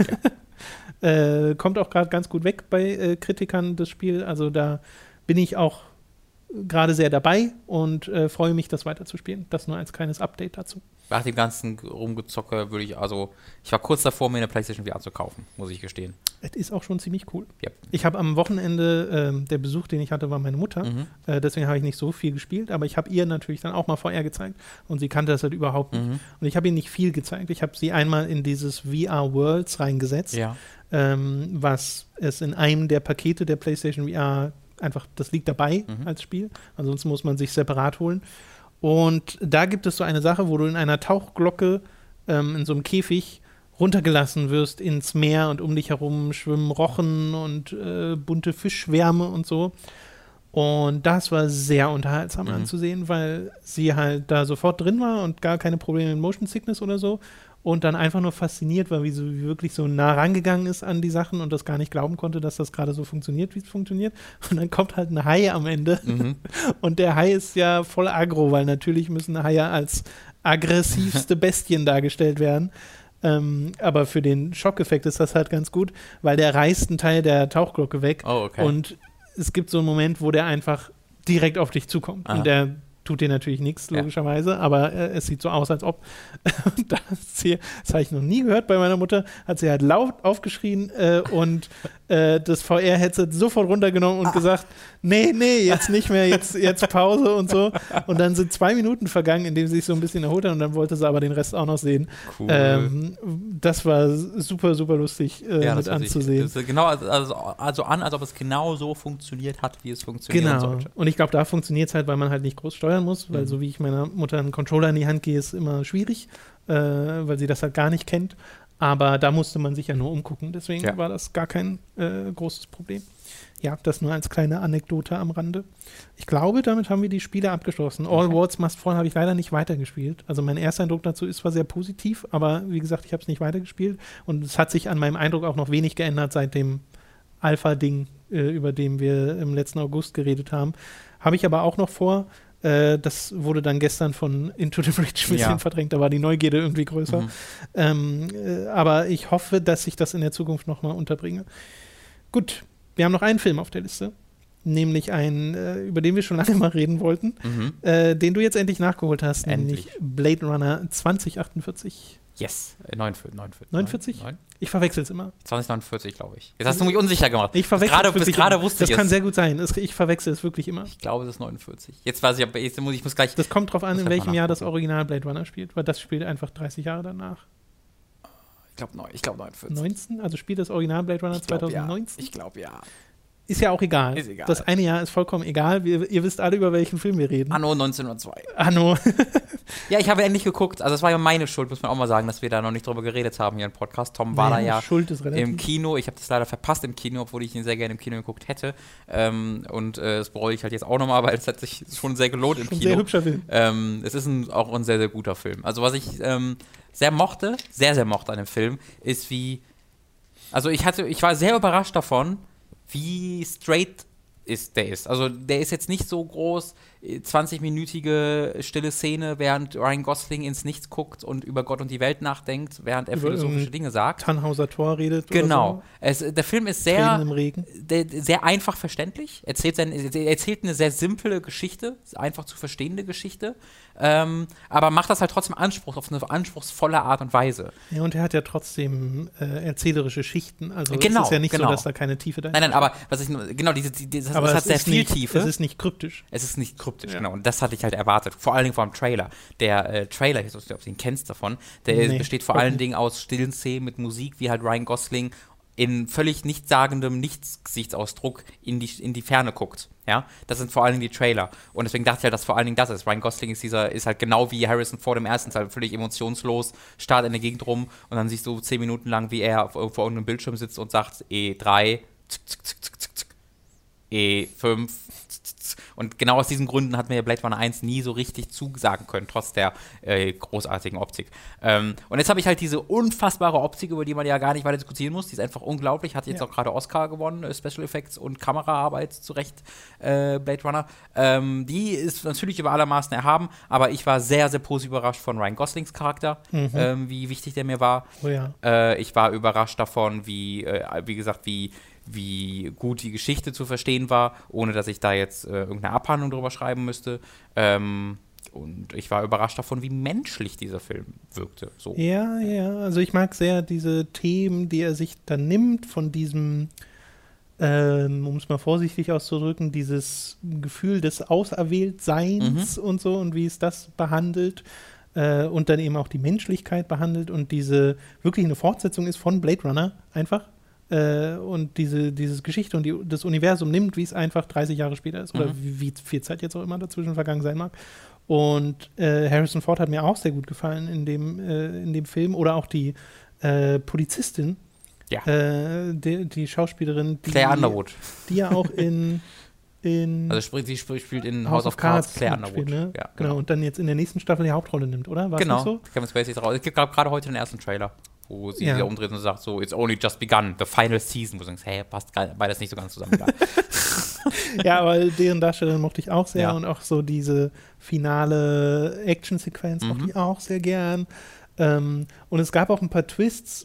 Ja. äh, kommt auch gerade ganz gut weg bei äh, Kritikern, das Spiel, also da bin ich auch gerade sehr dabei und äh, freue mich, das weiterzuspielen. Das nur als kleines Update dazu. Nach dem ganzen Rumgezocke würde ich, also, ich war kurz davor, mir eine PlayStation V R zu kaufen, muss ich gestehen. Es ist auch schon ziemlich cool. Yep. Ich habe am Wochenende, äh, der Besuch, den ich hatte, war meine Mutter. Mhm. Äh, deswegen habe ich nicht so viel gespielt, aber ich habe ihr natürlich dann auch mal V R gezeigt und sie kannte das halt überhaupt nicht. Mhm. Und ich habe ihr nicht viel gezeigt. Ich habe sie einmal in dieses V R Worlds reingesetzt, ja. ähm, was es in einem der Pakete der PlayStation V R einfach, das liegt dabei mhm. als Spiel. Ansonsten muss man sich separat holen. Und da gibt es so eine Sache, wo du in einer Tauchglocke ähm, in so einem Käfig runtergelassen wirst ins Meer und um dich herum schwimmen Rochen und äh, bunte Fischschwärme und so. Und das war sehr unterhaltsam mhm. anzusehen, weil sie halt da sofort drin war und gar keine Probleme mit Motion Sickness oder so. Und dann einfach nur fasziniert war, wie sie wirklich so nah rangegangen ist an die Sachen und das gar nicht glauben konnte, dass das gerade so funktioniert, wie es funktioniert. Und dann kommt halt ein Hai am Ende. Mhm. Und der Hai ist ja voll aggro, weil natürlich müssen Haie als aggressivste Bestien dargestellt werden. Ähm, aber für den Schockeffekt ist das halt ganz gut, weil der reißt einen Teil der Tauchglocke weg. Oh, okay. Und es gibt so einen Moment, wo der einfach direkt auf dich zukommt. Aha. Und der tut dir natürlich nichts, logischerweise, ja. aber äh, es sieht so aus, als ob, das, hier, das habe ich noch nie gehört bei meiner Mutter, hat sie halt laut aufgeschrien äh, und äh, das V R-Headset sofort runtergenommen und ah. gesagt, nee, nee, jetzt nicht mehr, jetzt, jetzt Pause und so. Und dann sind zwei Minuten vergangen, in denen sie sich so ein bisschen erholt hat und dann wollte sie aber den Rest auch noch sehen. Cool. Ähm, das war super, super lustig äh, ja, mit anzusehen. Ich, genau, also, also an, als ob es genau so funktioniert hat, wie es funktionieren genau. sollte. Und ich glaube, da funktioniert es halt, weil man halt nicht groß steuern muss, weil mhm. so wie ich meiner Mutter einen Controller in die Hand gehe, ist immer schwierig, äh, weil sie das halt gar nicht kennt. Aber da musste man sich ja nur umgucken, deswegen ja. war das gar kein äh, großes Problem. Ja, das nur als kleine Anekdote am Rande. Ich glaube, damit haben wir die Spiele abgeschlossen. All okay. Worlds Must Fall habe ich leider nicht weitergespielt. Also mein erster Eindruck dazu ist zwar sehr positiv, aber wie gesagt, ich habe es nicht weitergespielt und es hat sich an meinem Eindruck auch noch wenig geändert seit dem Alpha-Ding, äh, über dem wir im letzten August geredet haben. Habe ich aber auch noch vor. Äh, das wurde dann gestern von Into the Breach ein bisschen ja. verdrängt, da war die Neugierde irgendwie größer. Mhm. Ähm, äh, aber ich hoffe, dass ich das in der Zukunft nochmal unterbringe. Gut, wir haben noch einen Film auf der Liste, nämlich einen, äh, über den wir schon lange mal reden wollten, mhm. äh, den du jetzt endlich nachgeholt hast, endlich. nämlich Blade Runner zwanzig achtundvierzig. Yes, neunundvierzig. neunundvierzig? neun? Ich verwechsel es immer. zwanzig neunundvierzig, glaube ich. Jetzt hast du mich unsicher gemacht. Ich verwechsel gerade, es wirklich bis gerade immer. wusste ich Das kann es. sehr gut sein. Es- Ich verwechsel es wirklich immer. Ich glaube, es ist neunundvierzig. Jetzt weiß ich, aber jetzt muss ich muss gleich. Das kommt drauf an, muss in halt mal welchem Jahr das nachgucken. Original Blade Runner spielt, weil das spielt einfach dreißig Jahre danach. Ich glaube ich glaub neunundvierzig. neunzehn? Also spielt das Original Blade Runner Ich glaub, zwanzig neunzehn? Ja. Ich glaube ja. Ist ja auch egal. Ist egal. Das eine Jahr ist vollkommen egal. Wir, ihr wisst alle, über welchen Film wir reden. Anno neunzehnhundertzwei. Anno. Ja, ich habe endlich geguckt. Also es war ja meine Schuld, muss man auch mal sagen, dass wir da noch nicht drüber geredet haben hier im Podcast. Tom war da ja Schuld ist relativ. im Kino. Ich habe das leider verpasst im Kino, obwohl ich ihn sehr gerne im Kino geguckt hätte. Ähm, und äh, das bereue ich halt jetzt auch nochmal, weil es hat sich schon sehr gelohnt im Schon Kino. sehr hübscher Film. Ähm, es ist ein, auch ein sehr, sehr guter Film. Also was ich ähm, sehr mochte, sehr, sehr mochte an dem Film, ist wie, also ich hatte, ich war sehr überrascht davon, wie straight ist der ist. Also der ist jetzt nicht so groß, zwanzig-minütige stille Szene, während Ryan Gosling ins Nichts guckt und über Gott und die Welt nachdenkt, während er Über philosophische irgendein Dinge sagt. Tannhauser Tor redet. Genau. Oder Es, der Film ist so. sehr Tränen im Regen. der, sehr einfach verständlich. Erzählt sein, er erzählt eine sehr simple Geschichte, einfach zu verstehende Geschichte, ähm, aber macht das halt trotzdem Anspruch, auf eine anspruchsvolle Art und Weise. Ja, und er hat ja trotzdem äh, erzählerische Schichten. Also Genau, es ist ja nicht genau. so, dass da keine Tiefe da ist. Nein, nein, aber was ich nur- genau diese, die, das, Aber das es hat sehr ist viel nicht, Tiefe. Es ist nicht kryptisch. Es ist nicht kryptisch, Ja. genau. Und das hatte ich halt erwartet. Vor allen Dingen vor dem Trailer. Der äh, Trailer, ich weiß nicht, ob du ihn kennst davon, der Nee, besteht vor auch allen nicht. Dingen aus stillen Szenen mit Musik, wie halt Ryan Gosling in völlig nichtssagendem Nichtsgesichtsausdruck in die, in die Ferne guckt. Ja, das sind vor allen Dingen die Trailer. Und deswegen dachte ich halt, dass vor allen Dingen das ist. Ryan Gosling ist dieser, ist halt genau wie Harrison vor dem ersten Teil, völlig emotionslos, starrt in der Gegend rum und dann siehst du zehn Minuten lang, wie er auf, vor irgendeinem Bildschirm sitzt und sagt E drei, zick, zick, zick, zick, zick, zick. E fünf. Und genau aus diesen Gründen hat mir Blade Runner eins nie so richtig zusagen können, trotz der äh, großartigen Optik. Ähm, und jetzt habe ich halt diese unfassbare Optik, über die man ja gar nicht weiter diskutieren muss. Die ist einfach unglaublich. Hat jetzt Ja. auch gerade Oscar gewonnen, äh, Special Effects und Kameraarbeit zu Recht, äh, Blade Runner. Ähm, die ist natürlich über allermaßen erhaben, aber ich war sehr, sehr positiv überrascht von Ryan Goslings Charakter, Mhm. ähm, wie wichtig der mir war. Oh ja. Äh, ich war überrascht davon, wie, äh, wie gesagt, wie, wie gut die Geschichte zu verstehen war, ohne dass ich da jetzt äh, irgendeine Abhandlung drüber schreiben müsste. Ähm, und ich war überrascht davon, wie menschlich dieser Film wirkte. So. Ja, ja. Also ich mag sehr diese Themen, die er sich dann nimmt von diesem, ähm, um es mal vorsichtig auszudrücken, dieses Gefühl des Auserwähltseins und so und wie es das behandelt. Äh, und dann eben auch die Menschlichkeit behandelt und diese wirklich eine Fortsetzung ist von Blade Runner einfach. Äh, und diese dieses Geschichte und die, das Universum nimmt, wie es einfach dreißig Jahre später ist. Oder Mhm. wie, wie viel Zeit jetzt auch immer dazwischen vergangen sein mag. Und äh, Harrison Ford hat mir auch sehr gut gefallen in dem, äh, in dem Film. Oder auch die äh, Polizistin, Ja. äh, die, die Schauspielerin, die, Claire Underwood. die ja auch in, in Also sprich, sie sp- spielt in House of Cards Claire Underwood. mitspielt, ne? Ja, genau. Und dann jetzt in der nächsten Staffel die Hauptrolle nimmt, oder? War es Genau. nicht so? Kevin Spacey ist raus. Es gibt grad- gerade heute den ersten Trailer, wo sie Ja. sich umdreht und sagt so, it's only just begun, the final season. Wo du denkst, hey, passt gar- beides nicht so ganz zusammen. Egal. Ja, aber deren Darstellerin mochte ich auch sehr Ja. und auch so diese finale Action-Sequenz mochte Mhm. ich auch sehr gern. Ähm, und es gab auch ein paar Twists,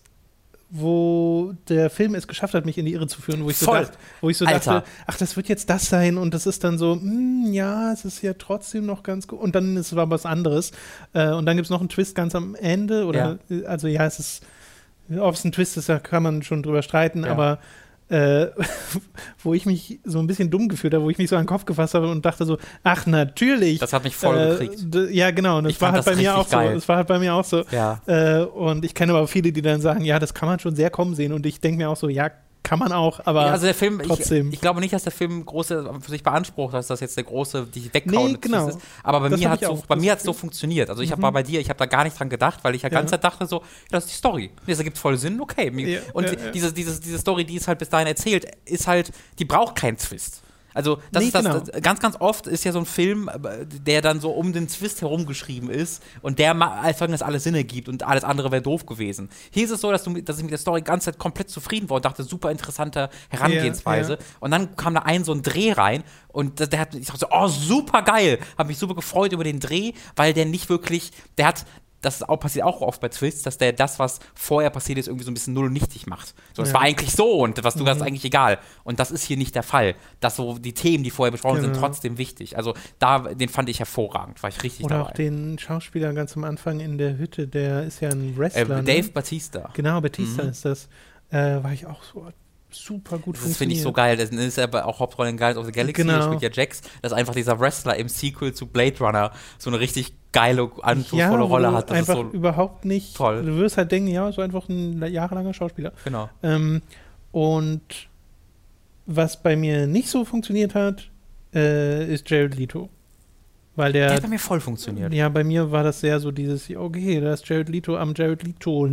wo der Film es geschafft hat, mich in die Irre zu führen, wo ich so, Voll. dacht, wo ich so Alter. dachte, ach, das wird jetzt das sein und das ist dann so, hm, ja, es ist ja trotzdem noch ganz gut und dann ist es aber was anderes. Äh, und dann gibt es noch einen Twist ganz am Ende oder, äh, also ja, es ist, ob es ein Twist ist, da kann man schon drüber streiten, Ja. aber äh, wo ich mich so ein bisschen dumm gefühlt habe, wo ich mich so an den Kopf gefasst habe und dachte so, ach, natürlich. Das hat mich voll Äh, gekriegt. d- ja, genau. Und es Ich war fand halt das bei mir auch richtig geil. so. Es war halt bei mir auch so. Ja. Äh, und ich kenne aber auch viele, die dann sagen, ja, das kann man schon sehr kommen sehen. Und ich denke mir auch so, ja, kann man auch, aber Ja, also der Film, trotzdem. Ich, ich glaube nicht, dass der Film große für sich beansprucht, dass das jetzt der große, die wegkauen Nee, genau. ist. Aber bei Das mir hab hat ich so, auch, bei das mir hat es so Gefühl. funktioniert. Also ich hab, Mhm. war bei dir, ich habe da gar nicht dran gedacht, weil ich ja Ja. ganze Zeit dachte so, ja, das ist die Story. Nee, das ergibt voll Sinn, okay. Mir- Ja, Und ja, die- ja. Diese, diese, diese Story, die es halt bis dahin erzählt, ist halt, die braucht keinen Twist. Also das Nee, ist das, genau. das, ganz, ganz oft ist ja so ein Film, äh, der dann so um den Twist herumgeschrieben ist und der ma- als folgendes alles Sinn ergibt und alles andere wäre doof gewesen. Hier ist es so, dass, du, dass ich mit der Story die ganze Zeit komplett zufrieden war und dachte, super interessante Herangehensweise. Ja, ja. Und dann kam da ein so ein Dreh rein und der hat, ich dachte so, oh, super geil. Habe mich super gefreut über den Dreh, weil der nicht wirklich, der hat das ist auch, passiert auch oft bei Twists, dass der das, was vorher passiert ist, irgendwie so ein bisschen null und nichtig macht. So, das Ja. war eigentlich so und was du Mhm. hast, eigentlich egal. Und das ist hier nicht der Fall. Dass so die Themen, die vorher besprochen Genau. sind, trotzdem wichtig. Also da, den fand ich hervorragend, war ich richtig Oder dabei. auch den Schauspieler ganz am Anfang in der Hütte, der ist ja ein Wrestler. äh, ne? Dave Bautista. Genau, Batista Mhm. ist das. Äh, war ich auch so super gut Das finde ich so geil. Das ist aber auch Hauptrolle in Guardians of the Galaxy. Genau. Der spielt ja Jax. Dass einfach dieser Wrestler im Sequel zu Blade Runner so eine richtig geile, anspruchsvolle wo Rolle du hat. Das einfach ist so überhaupt nicht. toll. Du wirst halt denken, ja, so einfach ein jahrelanger Schauspieler. genau. Ähm, und was bei mir nicht so funktioniert hat, äh, ist Jared Leto. Weil der, Der hat bei mir voll funktioniert. ja, bei mir war das sehr so dieses, okay, da ist Jared Leto am Jared Leto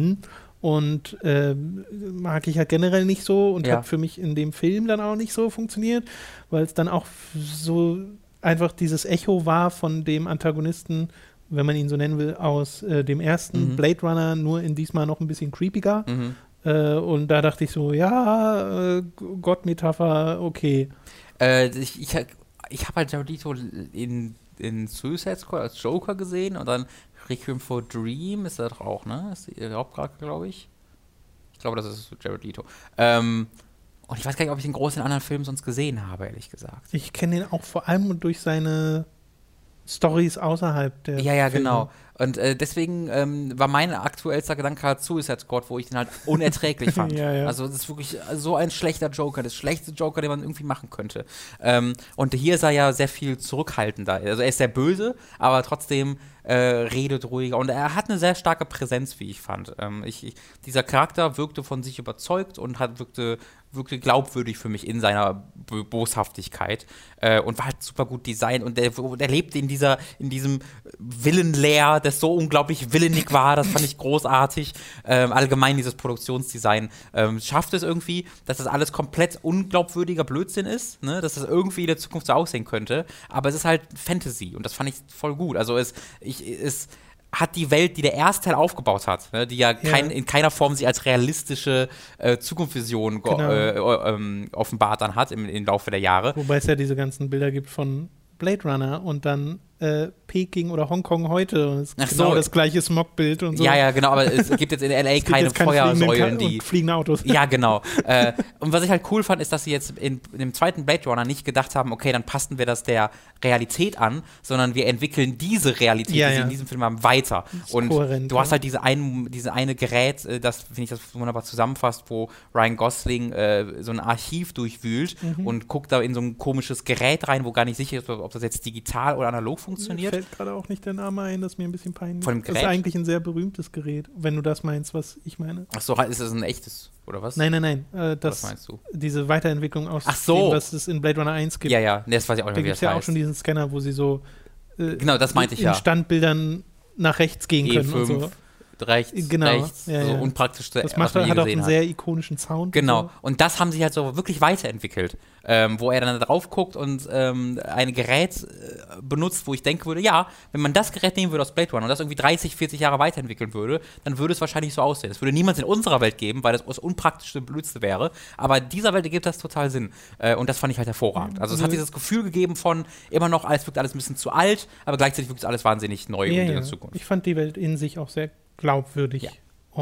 und ähm, mag ich halt generell nicht so und Ja. hat für mich in dem Film dann auch nicht so funktioniert, weil es dann auch so einfach dieses Echo war von dem Antagonisten, wenn man ihn so nennen will, aus äh, dem ersten Mhm. Blade Runner, nur in diesmal noch ein bisschen creepiger. Mhm. Äh, und da dachte ich so, ja, äh, Gott-Metapher, okay. Äh, ich ich, ich habe halt Jared Leto in, in Suicide Squad als Joker gesehen und dann Requiem for a Dream ist er doch auch, ne? Ist der Hauptcharakter, glaube ich. Ich glaube, das ist Jared Leto. Ähm, und ich weiß gar nicht, ob ich den groß in anderen Filmen sonst gesehen habe, ehrlich gesagt. Ich kenne ihn auch vor allem durch seine Stories außerhalb der Ja, ja, Filme. genau. Und äh, deswegen ähm, war mein aktuellster Gedanke halt Suicide Squad, wo ich den halt unerträglich fand. Ja, ja. Also das ist wirklich so ein schlechter Joker, das schlechteste Joker, den man irgendwie machen könnte. Ähm, und hier ist er ja sehr viel zurückhaltender. Also er ist sehr böse, aber trotzdem äh, redet ruhiger. Und er hat eine sehr starke Präsenz, wie ich fand. Ähm, ich, ich, dieser Charakter wirkte von sich überzeugt und hat, wirkte, wirkte glaubwürdig für mich in seiner B- Boshaftigkeit äh, und war halt super gut designt. Und der, der lebte in dieser, in diesem Villenlair, das so unglaublich villenig war, das fand ich großartig. Ähm, allgemein dieses Produktionsdesign ähm, schafft es irgendwie, dass das alles komplett unglaubwürdiger Blödsinn ist, ne? Dass das irgendwie in der Zukunft so aussehen könnte, aber es ist halt Fantasy und das fand ich voll gut. Also es, ich, es hat die Welt, die der erste Teil aufgebaut hat, ne? Die ja, kein, in keiner Form sich als realistische äh, Zukunftsvision go- Genau. äh, ähm, offenbart dann hat im, im Laufe der Jahre. Wobei es ja diese ganzen Bilder gibt von Blade Runner und dann äh, Peking oder Hongkong heute und es ist Ach genau so. das gleiche Smogbild und so. Ja, ja, genau, aber es gibt jetzt in L A Es gibt keine jetzt keine fliegenden Feuersäulen, Ka- die und fliegende Autos. Ja, genau. äh, und was ich halt cool fand, ist, dass sie jetzt in, in dem zweiten Blade Runner nicht gedacht haben, okay, dann passen wir das der Realität an, sondern wir entwickeln diese Realität, Ja, die sie ja. in diesem Film haben, weiter. ist Und kohärent, du hast ja. halt diese, ein, diese eine Gerät, äh, das finde ich das wunderbar zusammenfasst, wo Ryan Gosling äh, so ein Archiv durchwühlt Mhm. und guckt da in so ein komisches Gerät rein, wo gar nicht sicher ist, ob das jetzt digital oder analog Mir funktioniert. fällt gerade auch nicht der Name ein, das ist mir ein bisschen peinlich. Von dem Das ist Gerät? eigentlich ein sehr berühmtes Gerät, wenn du das meinst, was ich meine. Ach so, ist das ein echtes, oder was? Nein, nein, nein. Äh, was das, meinst du? diese Weiterentwicklung aus Ach so. dem, was es in Blade Runner eins gibt. Ja, ja, nee, das weiß ich auch nicht Da mehr, wie gibt das es ja auch heißt. schon diesen Scanner, wo sie so äh, Genau, das meinte ich in ja. Standbildern nach rechts gehen E können fünf, und so. rechts, Genau, rechts, ja, so ja. unpraktisch, Das was macht, man je hat auch gesehen einen sehr ikonischen Sound. Genau, Und und das haben sie halt so wirklich weiterentwickelt, ähm, wo er dann da drauf guckt und ähm, ein Gerät äh, benutzt, wo ich denken würde, ja, wenn man das Gerät nehmen würde aus Blade Runner und das irgendwie dreißig, vierzig Jahre weiterentwickeln würde, dann würde es wahrscheinlich so aussehen. Es würde niemals in unserer Welt geben, weil das das unpraktischste Blödste wäre, aber in dieser Welt ergibt das total Sinn äh, und das fand ich halt hervorragend. Also es hat dieses Gefühl gegeben von, immer noch, alles wirkt alles ein bisschen zu alt, aber gleichzeitig wirkt alles wahnsinnig neu ja, und in ja. der Zukunft. Ich fand die Welt in sich auch sehr glaubwürdig. Ja.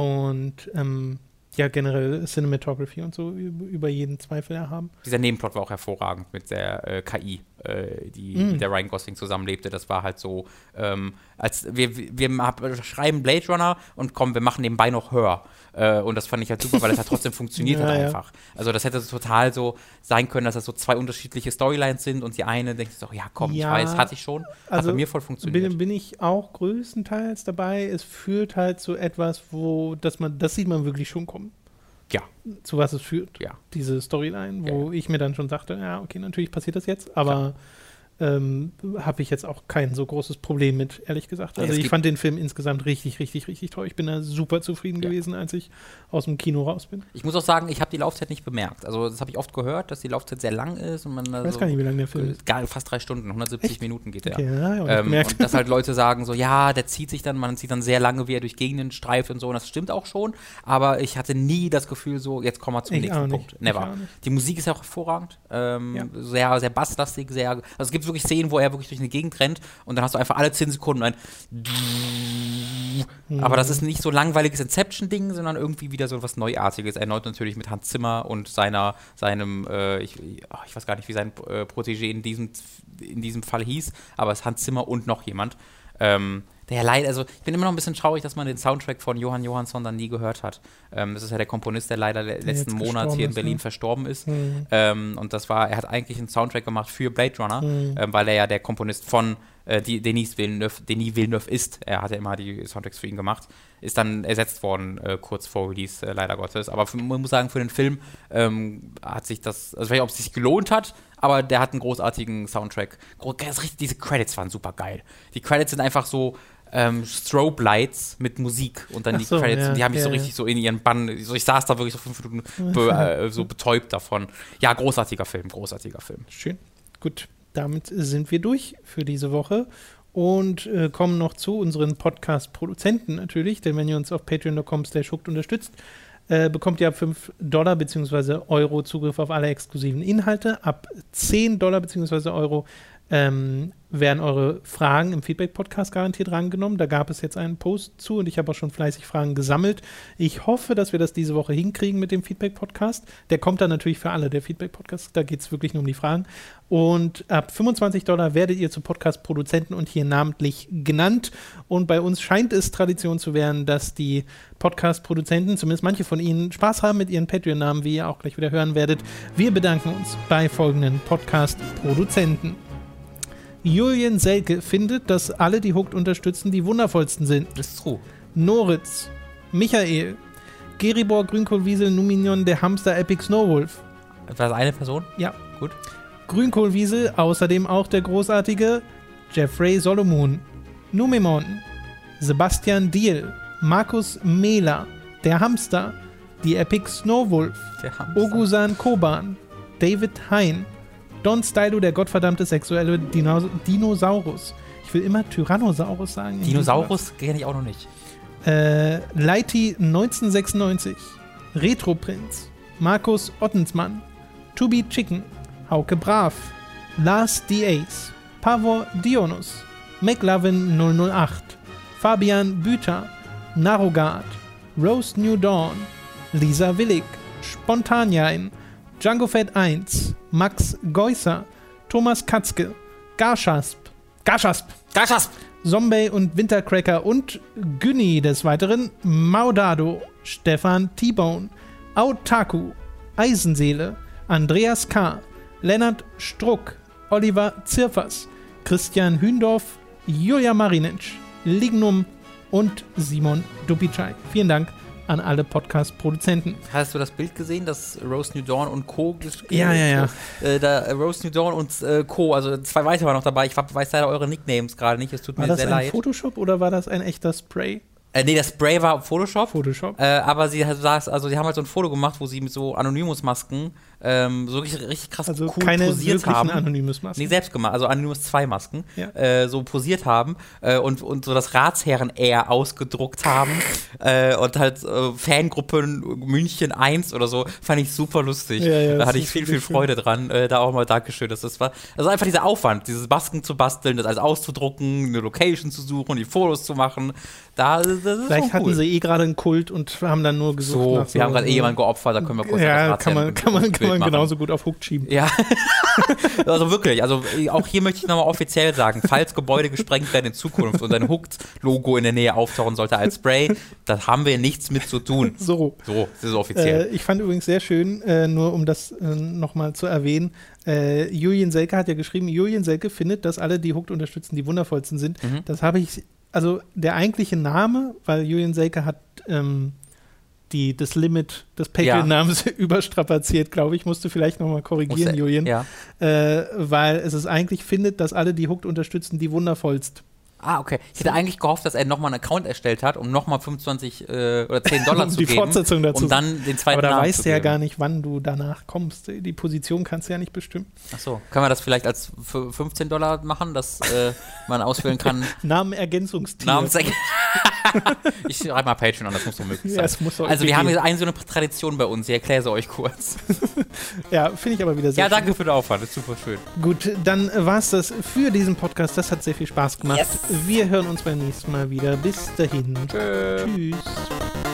Und ähm, ja, generell Cinematography und so über, über jeden Zweifel erhaben. Dieser Nebenplot war auch hervorragend mit der äh, K I, äh, die Mm. mit der Ryan Gosling zusammenlebte. Das war halt so, ähm, als wir, wir hab, schreiben Blade Runner und komm, wir machen nebenbei noch Hör. Äh, und das fand ich halt super, weil das halt trotzdem funktioniert Ja, hat ja. einfach. Also das hätte so total so sein können, dass das so zwei unterschiedliche Storylines sind und die eine denkt sich so, ja komm, Ja, ich weiß, hatte ich schon. Hat also bei mir voll funktioniert. Bin, bin ich auch größtenteils dabei. Es führt halt zu etwas, wo, dass man, das sieht man wirklich schon kommen. Ja. Zu was es führt. Ja. Diese Storyline, wo Ja, ich mir dann schon sagte, ja, okay, natürlich passiert das jetzt, aber ähm, habe ich jetzt auch kein so großes Problem mit, ehrlich gesagt. Ja, Also es ich gibt- fand den Film insgesamt richtig, richtig, richtig toll. Ich bin da super zufrieden Ja. gewesen, als ich aus dem Kino raus bin. Ich muss auch sagen, ich habe die Laufzeit nicht bemerkt. Also das habe ich oft gehört, dass die Laufzeit sehr lang ist und man Ich da weiß so gar nicht, wie lange der Film ist. Geil, fast drei Stunden, hundertsiebzig Echt? Minuten geht der. Okay, ja, ja, Ähm, gemerkt. und dass halt Leute sagen so, ja, der zieht sich dann, man sieht dann sehr lange, wie er durch Gegenden streift und so, und das stimmt auch schon, aber ich hatte nie das Gefühl so, jetzt kommen wir zum Ich nächsten auch nicht. Punkt. Ich Never. auch nicht. Die Musik ist ja auch hervorragend, ähm, Ja. sehr, sehr basslastig, sehr, also es gibt wirklich Szenen, wo er wirklich durch eine Gegend rennt und dann hast du einfach alle zehn Sekunden ein mhm. aber das ist nicht so langweiliges Inception-Ding, sondern irgendwie wieder so was Neuartiges. Erneut natürlich mit Hans Zimmer und seiner, seinem, äh, ich, ich weiß gar nicht, wie sein äh, Protégé in diesem, in diesem Fall hieß, aber es ist Hans Zimmer und noch jemand. Ähm, der leider, also ich bin immer noch ein bisschen traurig, dass man den Soundtrack von Johann Johansson dann nie gehört hat. Ähm, das ist ja der Komponist, der leider der letzten Monat hier in Berlin ist, ne? verstorben ist. Mhm. Ähm, und das war, er hat eigentlich einen Soundtrack gemacht für Blade Runner, mhm. ähm, weil er ja der Komponist von äh, die, Denis Villeneuve, Denis Villeneuve ist. Er hat ja immer die Soundtracks für ihn gemacht. Ist dann ersetzt worden, äh, kurz vor Release, äh, leider Gottes. Aber für, man muss sagen, für den Film ähm, hat sich das, also ich weiß nicht, ob es sich gelohnt hat, aber der hat einen großartigen Soundtrack. Diese Credits waren super geil. Die Credits sind einfach so ähm, Strobe-Lights mit Musik und dann Ach die so, Credits. Ja, und die haben mich ja, so richtig ja. so in ihren Bann, so, ich saß da wirklich so fünf Minuten be, äh, so betäubt davon. Ja, großartiger Film, großartiger Film. Schön. Gut, damit sind wir durch für diese Woche. Und äh, kommen noch zu unseren Podcast-Produzenten natürlich, denn wenn ihr uns auf patreon punkt com slash hooked unterstützt, äh, bekommt ihr ab fünf Dollar bzw. Euro Zugriff auf alle exklusiven Inhalte. Ab zehn Dollar bzw. Euro ähm, werden eure Fragen im Feedback-Podcast garantiert rangenommen. Da gab es jetzt einen Post zu und ich habe auch schon fleißig Fragen gesammelt. Ich hoffe, dass wir das diese Woche hinkriegen mit dem Feedback-Podcast. Der kommt dann natürlich für alle, der Feedback-Podcast. Da geht es wirklich nur um die Fragen. Und ab fünfundzwanzig Dollar werdet ihr zu Podcast-Produzenten und hier namentlich genannt. Und bei uns scheint es Tradition zu werden, dass die Podcast-Produzenten, zumindest manche von ihnen, Spaß haben mit ihren Patreon-Namen, wie ihr auch gleich wieder hören werdet. Wir bedanken uns bei folgenden Podcast-Produzenten. Julian Selke findet, dass alle, die Hooked unterstützen, die wundervollsten sind. Das ist true. Noritz, Michael, Geribor, Grünkohlwiesel, Numinion, der Hamster, Epic Snowwolf. War das eine Person? Ja. Gut. Grünkohlwiesel, außerdem auch der großartige Jeffrey Solomon, Numemon, Sebastian Diel, Markus Mehler, der Hamster, die Epic Snowwolf, Ogusan Koban, David Hein, Don Stylo, der gottverdammte sexuelle Dino- Dinosaurus. Ich will immer Tyrannosaurus sagen. Dinosaurus kenne ich auch noch nicht. Äh, Leiti neunzehnhundertsechsundneunzig, Retroprinz, Markus Ottensmann, To Be Chicken, Hauke Brav, Lars D. Ace, Pavor Dionus, McLovin null null acht, Fabian Büter, Narogard, Rose New Dawn, Lisa Willig, Spontanjain, Django Fett eins, Max Geusser, Thomas Katzke, Garschasp, Garschasp, Garschasp, Zombie und Wintercracker und Günni des Weiteren, Maudado, Stefan T-Bone, Autaku, Eisenseele, Andreas K., Lennart Struck, Oliver Zirfers, Christian Hündorf, Julia Marinic, Lignum und Simon Dubicai. Vielen Dank an alle Podcast-Produzenten. Hast du das Bild gesehen, dass Rose New Dawn und Co. Ja, ja, ja. Äh, da, äh, Rose New Dawn und äh, Co., also zwei weitere waren noch dabei. Ich weiß leider eure Nicknames gerade nicht, es tut war mir sehr leid. War das ein Photoshop oder war das ein echter Spray? Äh, nee, das Spray war Photoshop. Photoshop. Äh, aber sie saß, also die haben halt so ein Foto gemacht, wo sie mit so Anonymous-Masken ähm, so richtig, richtig krass also cool keine posiert haben. Anonymous-Masken. Nee, selbst gemacht, also Anonymous-zwei-Masken ja. äh, so posiert haben äh, und, und so das Ratsherren-Air ausgedruckt haben äh, und halt äh, Fangruppen München eins oder so, fand ich super lustig. Ja, ja, da hatte ich viel, viel Freude schön. dran. Äh, da auch mal Dankeschön. Das, das war also einfach dieser Aufwand, diese Masken zu basteln, das alles auszudrucken, eine Location zu suchen, die Fotos zu machen. Da, das ist Vielleicht cool. hatten sie eh gerade einen Kult und haben dann nur gesucht. So, nach so wir haben gerade eh jemanden geopfert, da können wir kurz ja, das kann man, kann man, kann man genauso gut auf Hooked schieben. Ja, also wirklich, also auch hier möchte ich nochmal offiziell sagen, falls Gebäude gesprengt werden in Zukunft und ein Hooked-Logo in der Nähe auftauchen sollte als Spray, da haben wir nichts mit zu tun. So. So, das ist offiziell. Äh, ich fand übrigens sehr schön, äh, nur um das äh, nochmal zu erwähnen, äh, Julian Selke hat ja geschrieben, Julian Selke findet, dass alle, die Hooked unterstützen, die wundervollsten sind. Mhm. Das habe ich, also der eigentliche Name, weil Julian Selke hat ähm, Die, das Limit des Patreon-Namens ja. überstrapaziert, glaube ich. Musst du vielleicht nochmal korrigieren, Muss, Julian. Ja. Äh, weil es ist eigentlich findet, dass alle, die Hooked unterstützen, die wundervollst. Ah, okay. Ich hätte eigentlich gehofft, dass er nochmal einen Account erstellt hat, um nochmal fünfundzwanzig äh, oder zehn Dollar um zu die geben. Fortsetzung dazu. Um dann den zweiten Aber da Namen weißt zu du ja geben. gar nicht, wann du danach kommst. Die Position kannst du ja nicht bestimmen. Ach so. Können wir das vielleicht als fünfzehn Dollar machen, dass äh, man auswählen kann? Namenergänzungstier. Namensergänzungstier. Ich schreibe mal Patreon an, das muss so möglich sein. Ja, es muss so also wir gehen. haben jetzt eine so eine Tradition bei uns, ich erkläre sie euch kurz. Ja, finde ich aber wieder sehr Ja, danke schön. für den Aufwand, das ist super schön. Gut, dann war es das für diesen Podcast. Das hat sehr viel Spaß gemacht. Yes. Wir hören uns beim nächsten Mal wieder. Bis dahin. Tschö. Tschüss.